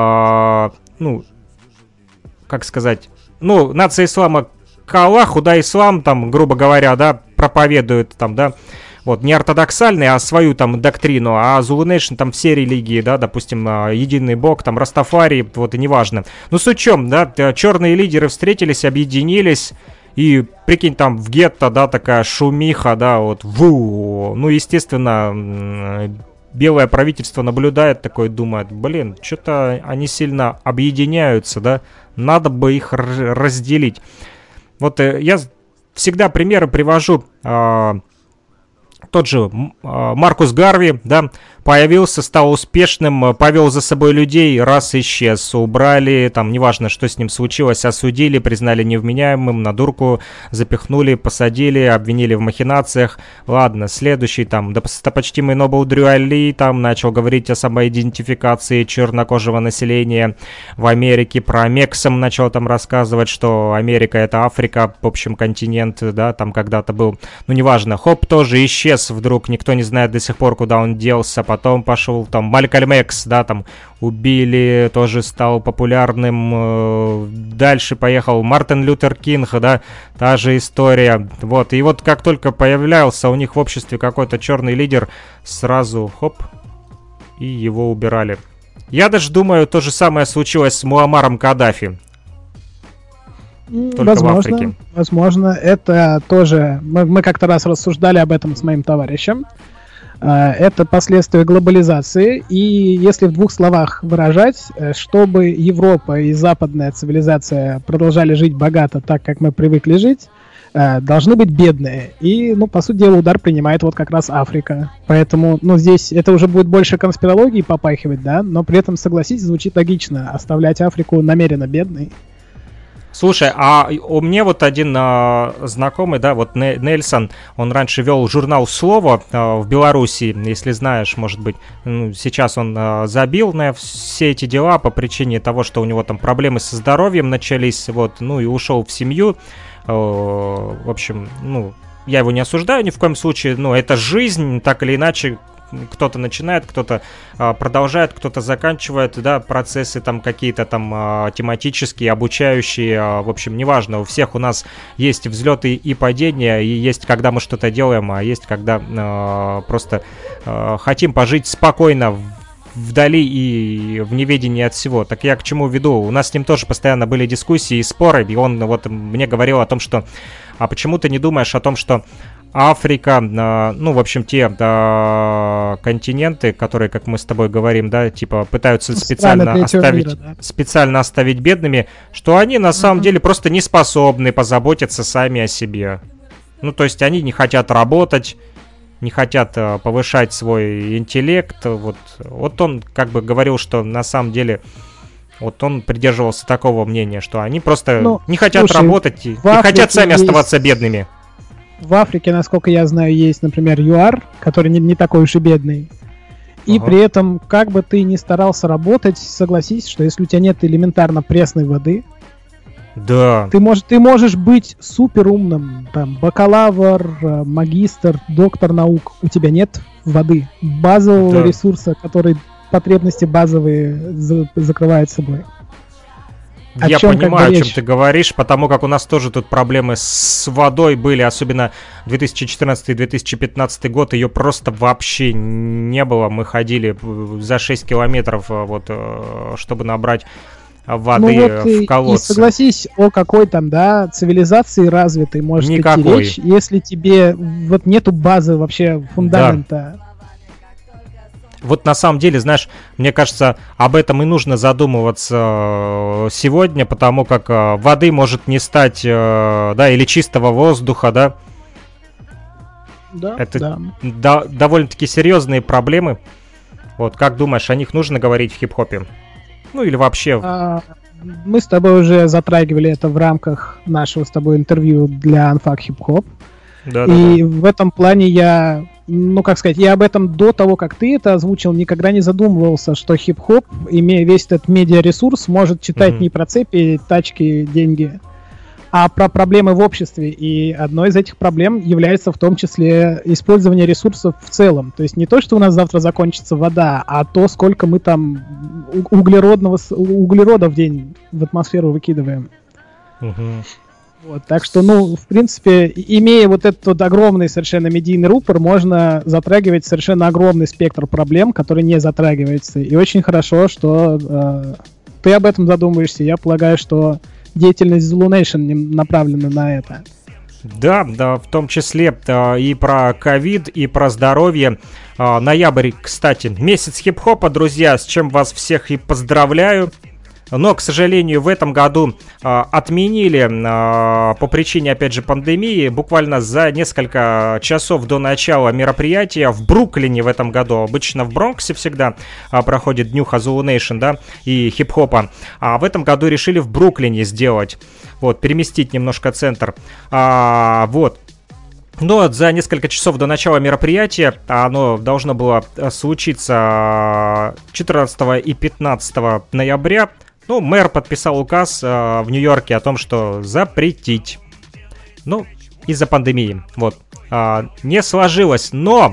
как сказать, нация ислама к Аллаху, да, ислам, там, грубо говоря, да, проповедует, там, да, вот, не ортодоксальный, а свою, там, доктрину, а Zulu Nation, там, все религии, да, допустим, единый бог, там, Растафари, вот, и неважно. Ну, суть в чем, да, черные лидеры встретились, объединились, и, прикинь, там, в гетто, да, такая шумиха, да, вот, естественно, белое правительство наблюдает такое, думает, блин, что-то они сильно объединяются, да, надо бы их разделить. Вот я всегда примеры привожу. Тот же Маркус Гарви, да, появился, стал успешным, повел за собой людей, раз исчез, убрали, там, неважно, что с ним случилось, осудили, признали невменяемым, на дурку запихнули, посадили, обвинили в махинациях. Ладно, следующий, там, достопочтимый Нобл Дрю Али, там, начал говорить о самоидентификации чернокожего населения в Америке, про Мексам начал там рассказывать, что Америка — это Африка, в общем, континент, да, там когда-то был, неважно, хоп, тоже исчез вдруг, никто не знает до сих пор, куда он делся. потом пошел там Малькольм Экс, да, там убили, тоже стал популярным. Дальше поехал Мартин Лютер Кинг, да, та же история. Вот, и вот как только появлялся у них в обществе какой-то черный лидер, сразу хоп, и его убирали. Я даже думаю, то же самое случилось с Муаммаром Каддафи. Только возможно, в Африке. Возможно, это тоже... Мы как-то раз рассуждали об этом с моим товарищем. Это последствия глобализации. И если в двух словах выражать, чтобы Европа и западная цивилизация продолжали жить богато так, как мы привыкли жить, должны быть бедные. И, ну, по сути дела, удар принимает вот как раз Африка. Поэтому, ну, здесь это уже будет больше конспирологии попахивать, да, но при этом, согласитесь, звучит логично оставлять Африку намеренно бедной. Слушай, а у меня вот один знакомый, да, вот Нельсон, он раньше вел журнал «Слово» в Беларуси, если знаешь, может быть. Сейчас он забил на все эти дела по причине того, что у него там проблемы со здоровьем начались, вот, ну и ушел в семью. В общем, ну, я его не осуждаю ни в коем случае, но это жизнь, так или иначе. Кто-то начинает, кто-то продолжает, кто-то заканчивает, да, процессы там какие-то там тематические, обучающие, в общем, неважно, у всех у нас есть взлеты и падения, и есть, когда мы что-то делаем, а есть, когда просто хотим пожить спокойно вдали и в неведении от всего. Так я к чему веду? У нас с ним тоже постоянно были дискуссии и споры, и он вот мне говорил о том, что а почему ты не думаешь о том, что Африка, ну, в общем, те континенты, которые, как мы с тобой говорим, да, типа пытаются специально оставить бедными, что они на самом деле просто не способны позаботиться сами о себе. Ну, то есть они не хотят работать, не хотят повышать свой интеллект. Вот он как бы говорил, что на самом деле вот он придерживался такого мнения, что они просто не хотят работать и хотят сами оставаться бедными. В Африке, насколько я знаю, есть, например, ЮАР, который не такой уж и бедный. И при этом, как бы ты ни старался работать, согласись, что если у тебя нет элементарно пресной воды, да, ты можешь быть супер умным, там, бакалавр, магистр, доктор наук, у тебя нет воды, базового ресурса, который потребности базовые закрывает собой. Я понимаю, о чем ты говоришь, потому как у нас тоже тут проблемы с водой были, особенно 2014-2015 год, ее просто вообще не было. Мы ходили за 6 километров, вот, чтобы набрать воды в колодце. И согласись, о какой там, да, цивилизации развитой может идти речь, если тебе вот нету базы вообще, фундамента. Да. Вот на самом деле, знаешь, мне кажется, об этом и нужно задумываться сегодня, потому как воды может не стать, да, или чистого воздуха, да. Да, это довольно-таки серьезные проблемы. Вот, как думаешь, о них нужно говорить в хип-хопе? Ну или вообще? Мы с тобой уже затрагивали это в рамках нашего с тобой интервью для Unfuck Hip Hop. И в этом плане я, ну как сказать, я об этом до того, как ты это озвучил, никогда не задумывался, что хип-хоп, имея весь этот медиаресурс, может читать не про цепи, тачки, деньги, а про проблемы в обществе. И одной из этих проблем является в том числе использование ресурсов в целом. То есть не то, что у нас завтра закончится вода, а то, сколько мы там углерода в день в атмосферу выкидываем. Вот, так что, ну, в принципе, имея вот этот вот огромный совершенно медийный рупор, можно затрагивать совершенно огромный спектр проблем, которые не затрагиваются. И очень хорошо, что ты об этом задумываешься. Я полагаю, что деятельность Zulu Nation направлена на это. Да, в том числе и про ковид, и про здоровье. Ноябрь, кстати, месяц хип-хопа, друзья, с чем вас всех и поздравляю. Но, к сожалению, в этом году отменили по причине, опять же, пандемии. Буквально за несколько часов до начала мероприятия в Бруклине в этом году, обычно в Бронксе всегда проходит днюха Zulu Nation, да, и хип-хопа. А в этом году решили в Бруклине сделать, вот, переместить немножко центр. Вот. Но за несколько часов до начала мероприятия, оно должно было случиться 14 и 15 ноября, ну, мэр подписал указ в Нью-Йорке о том, что запретить. Ну, из-за пандемии. Вот. Не сложилось, но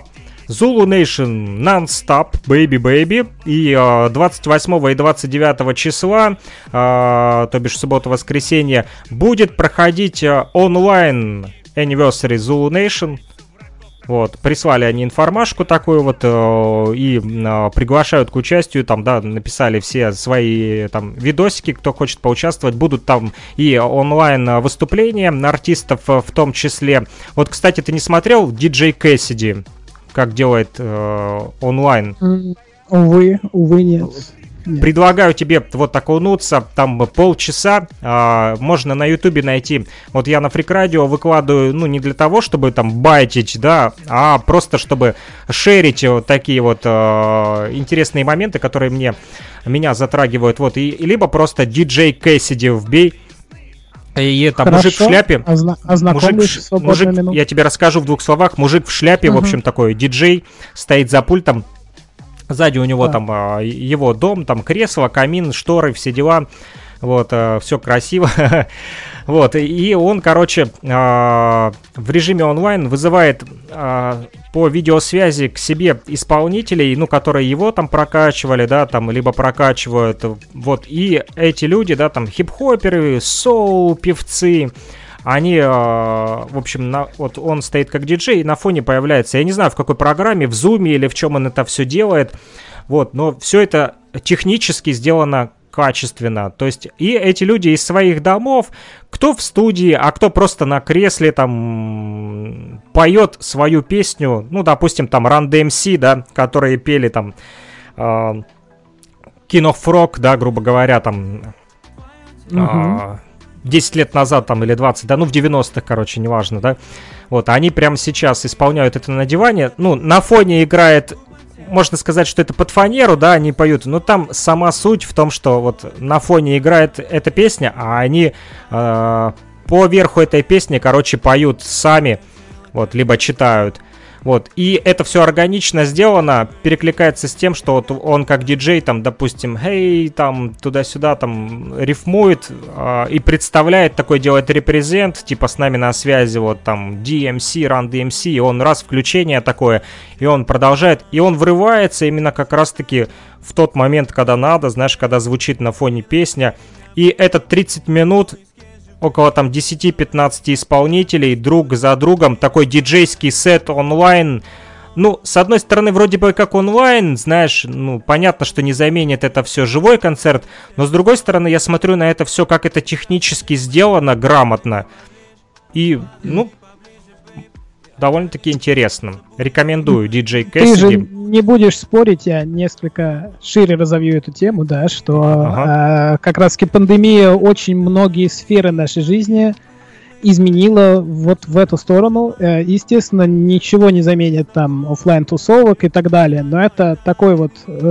Zulu Nation Non-Stop Baby Baby. И 28 и 29 числа, то бишь суббота-воскресенье, будет проходить онлайн Anniversary Zulu Nation. Вот, прислали они информашку такую вот и приглашают к участию, там, да, написали все свои там видосики, кто хочет поучаствовать, будут там и онлайн выступления артистов в том числе. Вот, кстати, ты не смотрел DJ Cassidy, как делает онлайн? Увы, нет. Предлагаю тебе вот окунуться, там полчаса, можно на ютубе найти. Вот я на Freak Radio выкладываю, ну, не для того, чтобы там байтить, да, а просто чтобы шерить вот такие вот интересные моменты, которые меня затрагивают. Вот, и либо просто DJ Cassidy вбей. И там Хорошо. Мужик в шляпе. Мужик, я тебе расскажу в двух словах. Мужик в шляпе, в общем, такой диджей, стоит за пультом. Сзади у него там его дом, там кресло, камин, шторы, все дела. Вот, все красиво. Вот, и он, короче, в режиме онлайн вызывает по видеосвязи к себе исполнителей, ну, которые его там прокачивали, да, там, либо прокачивают. Вот, и эти люди, да, там, хип-хоперы, соул-певцы, они, в общем, вот он стоит как диджей, и на фоне появляется, я не знаю, в какой программе, в зуме или в чем он это все делает, вот, но все это технически сделано качественно, то есть, и эти люди из своих домов, кто в студии, а кто просто на кресле там поет свою песню, ну, допустим, там Run DMC, да, которые пели там King of Frog, да, грубо говоря, там... 10 лет назад там или 20, да, ну в 90-х, короче, неважно, да. Вот, они прямо сейчас исполняют это на диване. Ну, на фоне играет, можно сказать, что это под фанеру, да, они поют. Но там сама суть в том, что вот на фоне играет эта песня, а они по верху этой песни, короче, поют сами, вот, либо читают. Вот, и это все органично сделано, перекликается с тем, что вот он как диджей, там, допустим, «Хей», там, туда-сюда, там, рифмует и представляет, такой делает репрезент, типа, с нами на связи, вот, там, DMC, Run DMC, и он раз включение такое, и он продолжает, и он врывается именно как раз-таки в тот момент, когда надо, знаешь, когда звучит на фоне песня, и этот 30 минут... Около там 10-15 исполнителей друг за другом, такой диджейский сет онлайн. Ну, с одной стороны, вроде бы как онлайн, знаешь, ну, понятно, что не заменит это все живой концерт, но с другой стороны, я смотрю на это все, как это технически сделано, грамотно. И, ну, довольно-таки интересно. Рекомендую DJ Cassidy. Ты же не будешь спорить, я несколько шире разовью эту тему, да, что как раз-таки пандемия очень многие сферы нашей жизни изменила вот в эту сторону. Естественно, ничего не заменит там офлайн тусовок и так далее, но это такой вот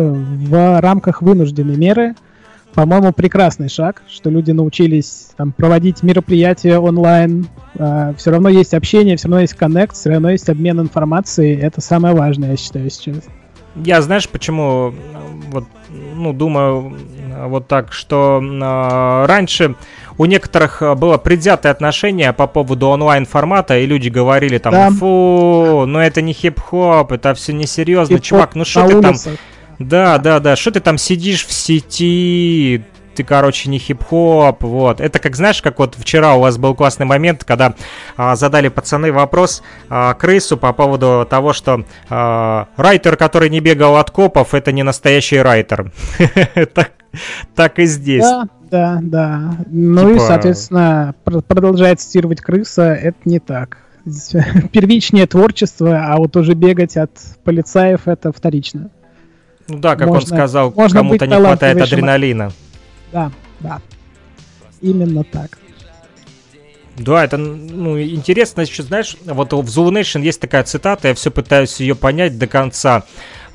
в рамках вынужденной меры, по-моему, прекрасный шаг, что люди научились там проводить мероприятия онлайн. Все равно есть общение, все равно есть коннект, все равно есть обмен информацией. Это самое важное, я считаю, сейчас. Я, знаешь, почему вот, ну, думаю вот так, что раньше у некоторых было предвзятое отношение по поводу онлайн-формата, и люди говорили там, да. Фу, ну это не хип-хоп, это все несерьезно, чувак, ну что ты там... Да, что ты там сидишь в сети, ты, короче, не хип-хоп, вот. Это как, знаешь, как вот вчера у вас был классный момент, когда задали пацаны вопрос Крысу по поводу того, что райтер, который не бегал от копов, это не настоящий райтер. Так и здесь. Да. Ну и, соответственно, продолжает цитировать Крыса, это не так. Первичнее творчество, а вот уже бегать от полицаев, это вторично. Ну да, как он сказал, кому-то не хватает адреналина. Да. Именно так. Да, это, ну, интересно еще, знаешь, вот в Zulu Nation есть такая цитата, я все пытаюсь ее понять до конца.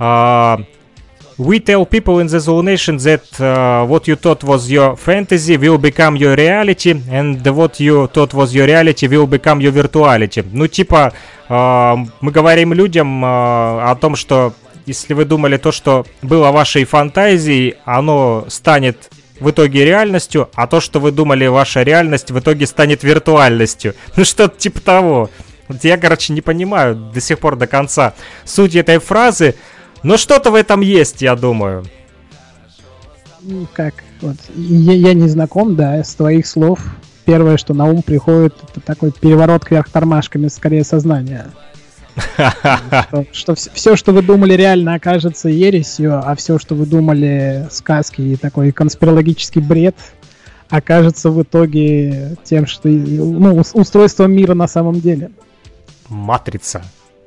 We tell people in the Zulu Nation that what you thought was your fantasy will become your reality, and what you thought was your reality will become your virtuality. Ну, типа, мы говорим людям о том, что если вы думали то, что было вашей фантазией, оно станет в итоге реальностью, а то, что вы думали ваша реальность, в итоге станет виртуальностью. Ну, что-то типа того. Вот я, короче, не понимаю до сих пор до конца суть этой фразы, но что-то в этом есть, я думаю. Ну, как, вот, я не знаком, да, с твоих слов. Первое, что на ум приходит, это такой переворот кверх тормашками, скорее, сознания. Что все, что вы думали, реально окажется ересью, а все, что вы думали, сказки и такой конспирологический бред, окажется в итоге тем, что, ну, устройством мира на самом деле. Матрица.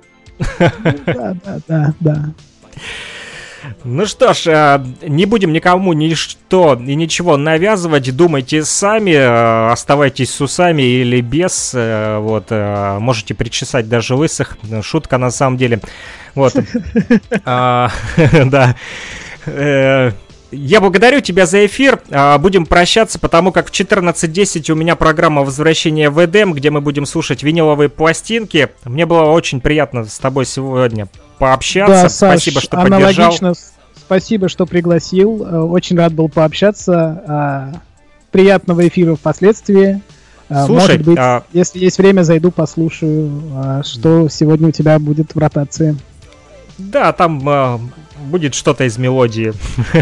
Да. Ну что ж, не будем никому ничто и ничего навязывать, думайте сами, оставайтесь с усами или без, вот, можете причесать даже лысых, шутка на самом деле, вот, да. Я благодарю тебя за эфир. Будем прощаться, потому как в 14:10 у меня программа «Возвращение в Эдем», где мы будем слушать виниловые пластинки. Мне было очень приятно с тобой сегодня пообщаться. Да, спасибо, Саш, что поддержал. аналогично. Спасибо, что пригласил. Очень рад был пообщаться. Приятного эфира впоследствии. Слушай, может быть, если есть время, зайду, послушаю, что сегодня у тебя будет в ротации. Да, там будет что-то из мелодии.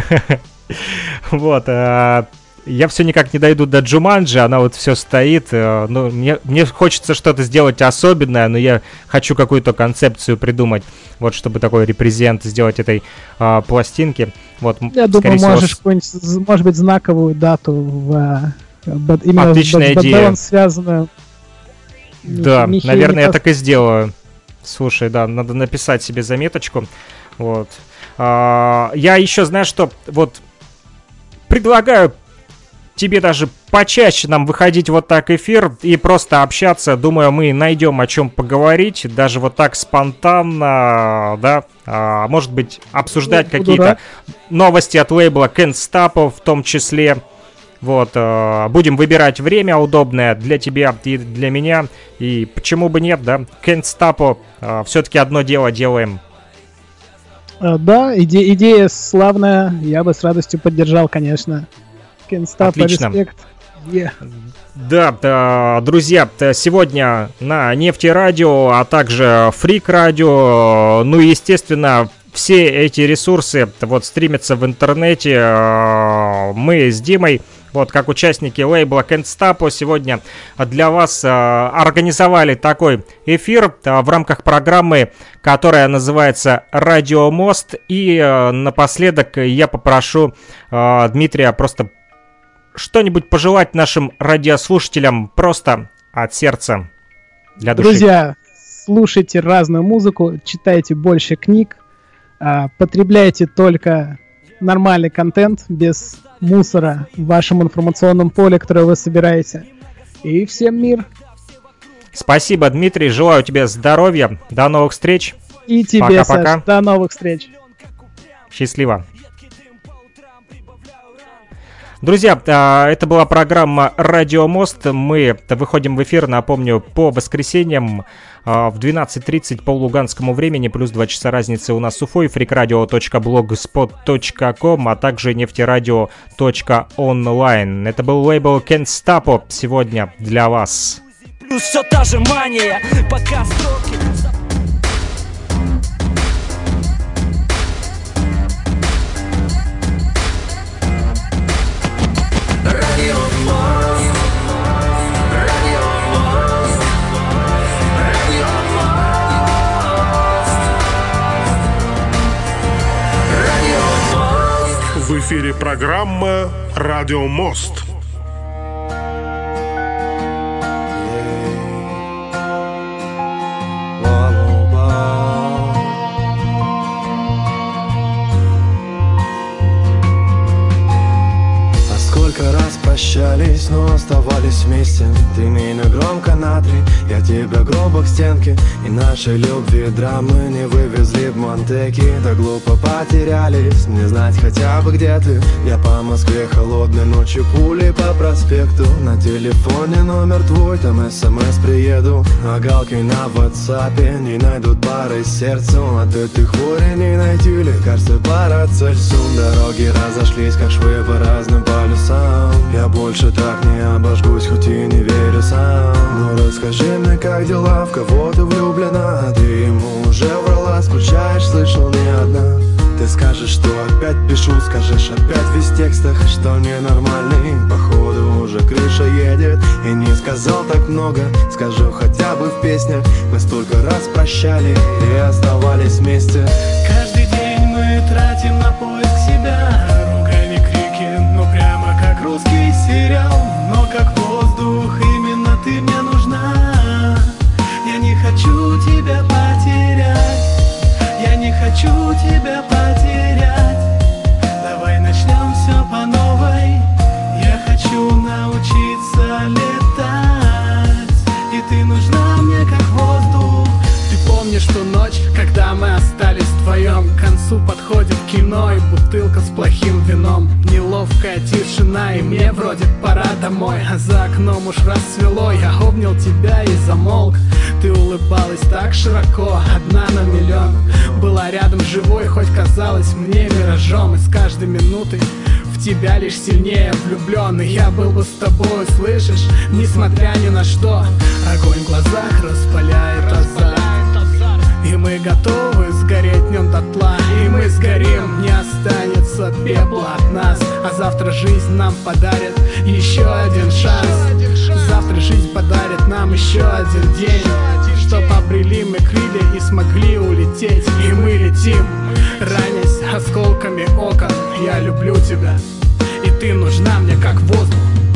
Вот. Я все никак не дойду до Джуманджи, она вот все стоит. Ну, мне хочется что-то сделать особенное, но я хочу какую-то концепцию придумать, вот, чтобы такой репрезент сделать этой пластинки. Вот, я думаю, можешь какую-нибудь, может быть, знаковую дату именно отличная идея. Связанную. Да, наверное, я так и сделаю. Слушай, да, надо написать себе заметочку. Вот. Я еще, знаешь что, вот предлагаю тебе даже почаще нам выходить вот так эфир и просто общаться. Думаю, мы найдем о чем поговорить, даже вот так спонтанно, да, может быть, обсуждать какие-то новости от лейбла Can't Stop в том числе. Вот, будем выбирать время удобное для тебя и для меня, и почему бы нет, да, Can't Stop, все-таки одно дело делаем. Да, идея славная, я бы с радостью поддержал, конечно. Can't Stop, отлично. Респект. Yeah. Да, друзья, сегодня на Нефтерадио, а также Фрик Радио, ну и, естественно, все эти ресурсы вот стримятся в интернете. Мы с Димой, вот как участники лейбла Can't Stop, сегодня для вас организовали такой эфир в рамках программы, которая называется «Радио Мост». И напоследок я попрошу Дмитрия просто что-нибудь пожелать нашим радиослушателям просто от сердца, для души. Друзья, слушайте разную музыку, читайте больше книг, потребляйте только нормальный контент, без мусора в вашем информационном поле, которое вы собираете. И всем мир! Спасибо, Дмитрий, желаю тебе здоровья, до новых встреч. И тебе, Саш, до новых встреч. Счастливо. Друзья, это была программа «Радио Мост». Мы выходим в эфир, напомню, по воскресеньям в 12:30 по луганскому времени, плюс 2 часа разницы у нас с Уфой, freakradio.blogspot.com, а также нефтерадио.онлайн. Это был лейбл Can't Stop сегодня для вас. Плюс все та же мания, пока строки... В эфире программа «Радио Мост». Сколько раз прощались, но оставались вместе. Ты меня громко на 3, я тебя грубо к стенке. И нашей любви драмы не вывезли в Монтеки. Да глупо потерялись, не знать хотя бы где ты. Я по Москве холодной ночью, пули по проспекту. На телефоне номер твой, там СМС приеду. А галки на ватсапе не найдут пары сердцу. От этой хвори не найти лекарства Парацельсу. Дороги разошлись, как швы по разным полюсам. Я больше так не обожгусь, хоть и не верю сам. Но расскажи мне, как как дела, в кого ты влюблена? Ты ему уже врала, скучаешь, слышал, не одна. Ты скажешь, что опять пишу, скажешь опять в весь текстах, что ненормальный. Походу уже крыша едет, и не сказал так много. Скажу хотя бы в песнях, мы столько раз прощали и оставались вместе. Каждый день мы тратим на поиск себя. Ругань и крики, ну прямо как русский сериал. Но как воздух именно ты мне нужна. Я не хочу тебя потерять. Я не хочу тебя потерять. Давай начнем все по новой. Я хочу научиться летать. И ты нужна мне как воздух. Ты помнишь ту ночь, когда мы остались вдвоем? К концу подходит кино и бутылка с плохим вином. Неловкая тишина, и мне вроде пора домой. А за окном уж рассвело, я обнял тебя и замолк. Ты улыбалась так широко, одна на миллион. Была рядом живой, хоть казалось мне миражом. И с каждой минутой в тебя лишь сильнее влюблен. И я был бы с тобой, слышишь, несмотря ни на что. Огонь в глазах распаляет азарт. И мы готовы сгореть днем дотла. И мы сгорим, не останется пепла от нас. А завтра жизнь нам подарит еще один шанс. Завтра жизнь подарит нам еще один день, чтоб обрели мы крылья и смогли улететь. И мы летим, ранясь осколками окон. Я люблю тебя, и ты нужна мне как воздух.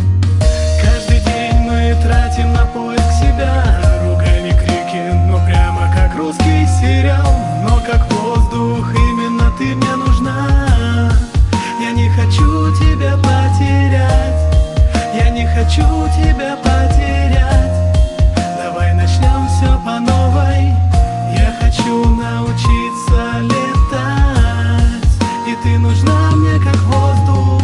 Каждый день мы тратим на поиск себя. Ругань и крики, ну прямо как русский сериал. Но как воздух именно ты мне нужна. Я не хочу тебя потерять. Я не хочу тебя потерять. Давай начнем все по новой. Я хочу научиться летать. И ты нужна мне как воздух.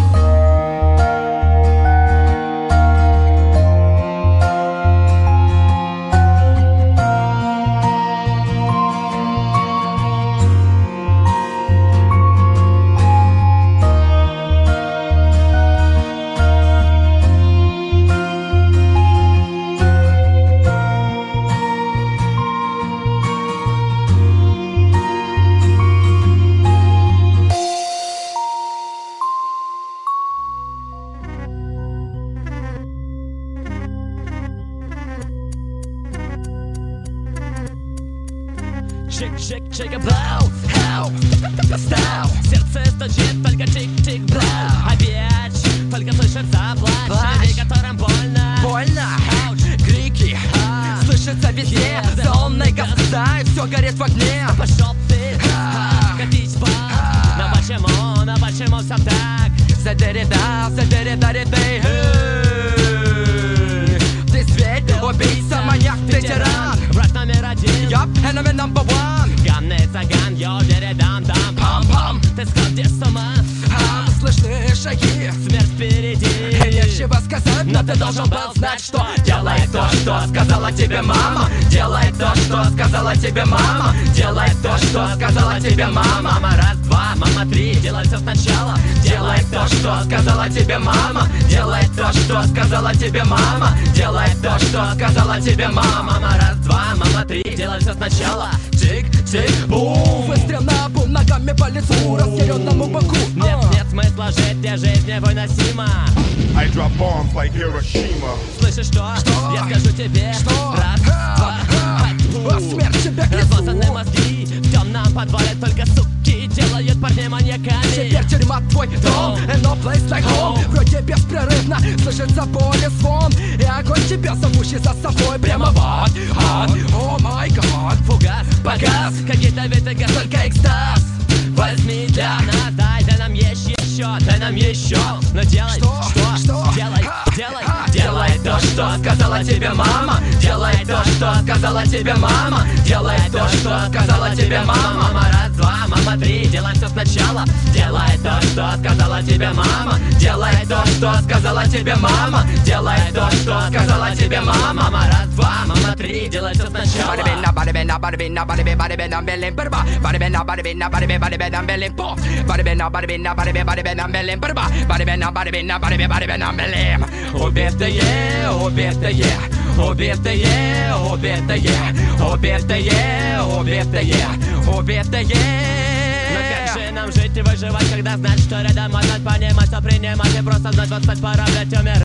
Чик-чик-чик, бау, хау, стау. Сердце стучит, только чик-чик, бау. Опять, только слышится плач, в котором больно. Больно, хауч, крики, слышится везде. За умной газда, и все горит в огне. Пошел ты, катить по. Но почему все так? Задери, ребей. Ты зверь, убийца, маньяк, ты тиран. Враг номер один, enemy number one. Gun is a gun, yo, дам-дам. Пам-пам, ты сходишь с ума. Слышны шаги, смерть впереди. Нечего сказать, но ты должен был знать, что делай то, что сказала тебе мама. Делай то, что сказала тебе мама. Делай то, что сказала тебе мама. Мама раз, два, мама три, делай все сначала. Делай то, что сказала тебе мама. Делай то, что сказала тебе мама. Делай то, что сказала тебе мама. Мама раз, два, мама три, делай все сначала. Чик-чик, бум. Выстрел на бум, ногами по лицу, разъяренному боку. Нет смысла жить, где жизнь невыносима. I drop bombs like Hiroshima. Слышишь что? Я скажу тебе. Раз, два, смерть тебе к лицу. Размазаны мозги в темном подвале, только суки делают парней маньяками. Теперь тюрьма твой дом, and no place like home. Вроде беспрерывно слышится боль и звон. И огонь тебя зовущий за собой прямо в ад. О май гад. Фугас, погас, какие-то витыга, только экстаз. Возьми для нас, дай нам еще, дай нам еще. Но делай, что? Делай то, что сказала тебе мама. Делай то, что сказала тебе мама. Делай то, что сказала тебе мама. Мама раз, два, мама три, делай все сначала. Делай то, что сказала тебе мама. Делай то, что сказала тебе мама. Делай то, что сказала тебе мама. Мама раз, два, мама три, делай все сначала. Убитые, убитые, убитые, убитые, убитые, убитые. Но как же нам жить и выживать, когда знать, что рядом однать, понимать, все принимать и просто знать, вот стать пора, блять, умирать.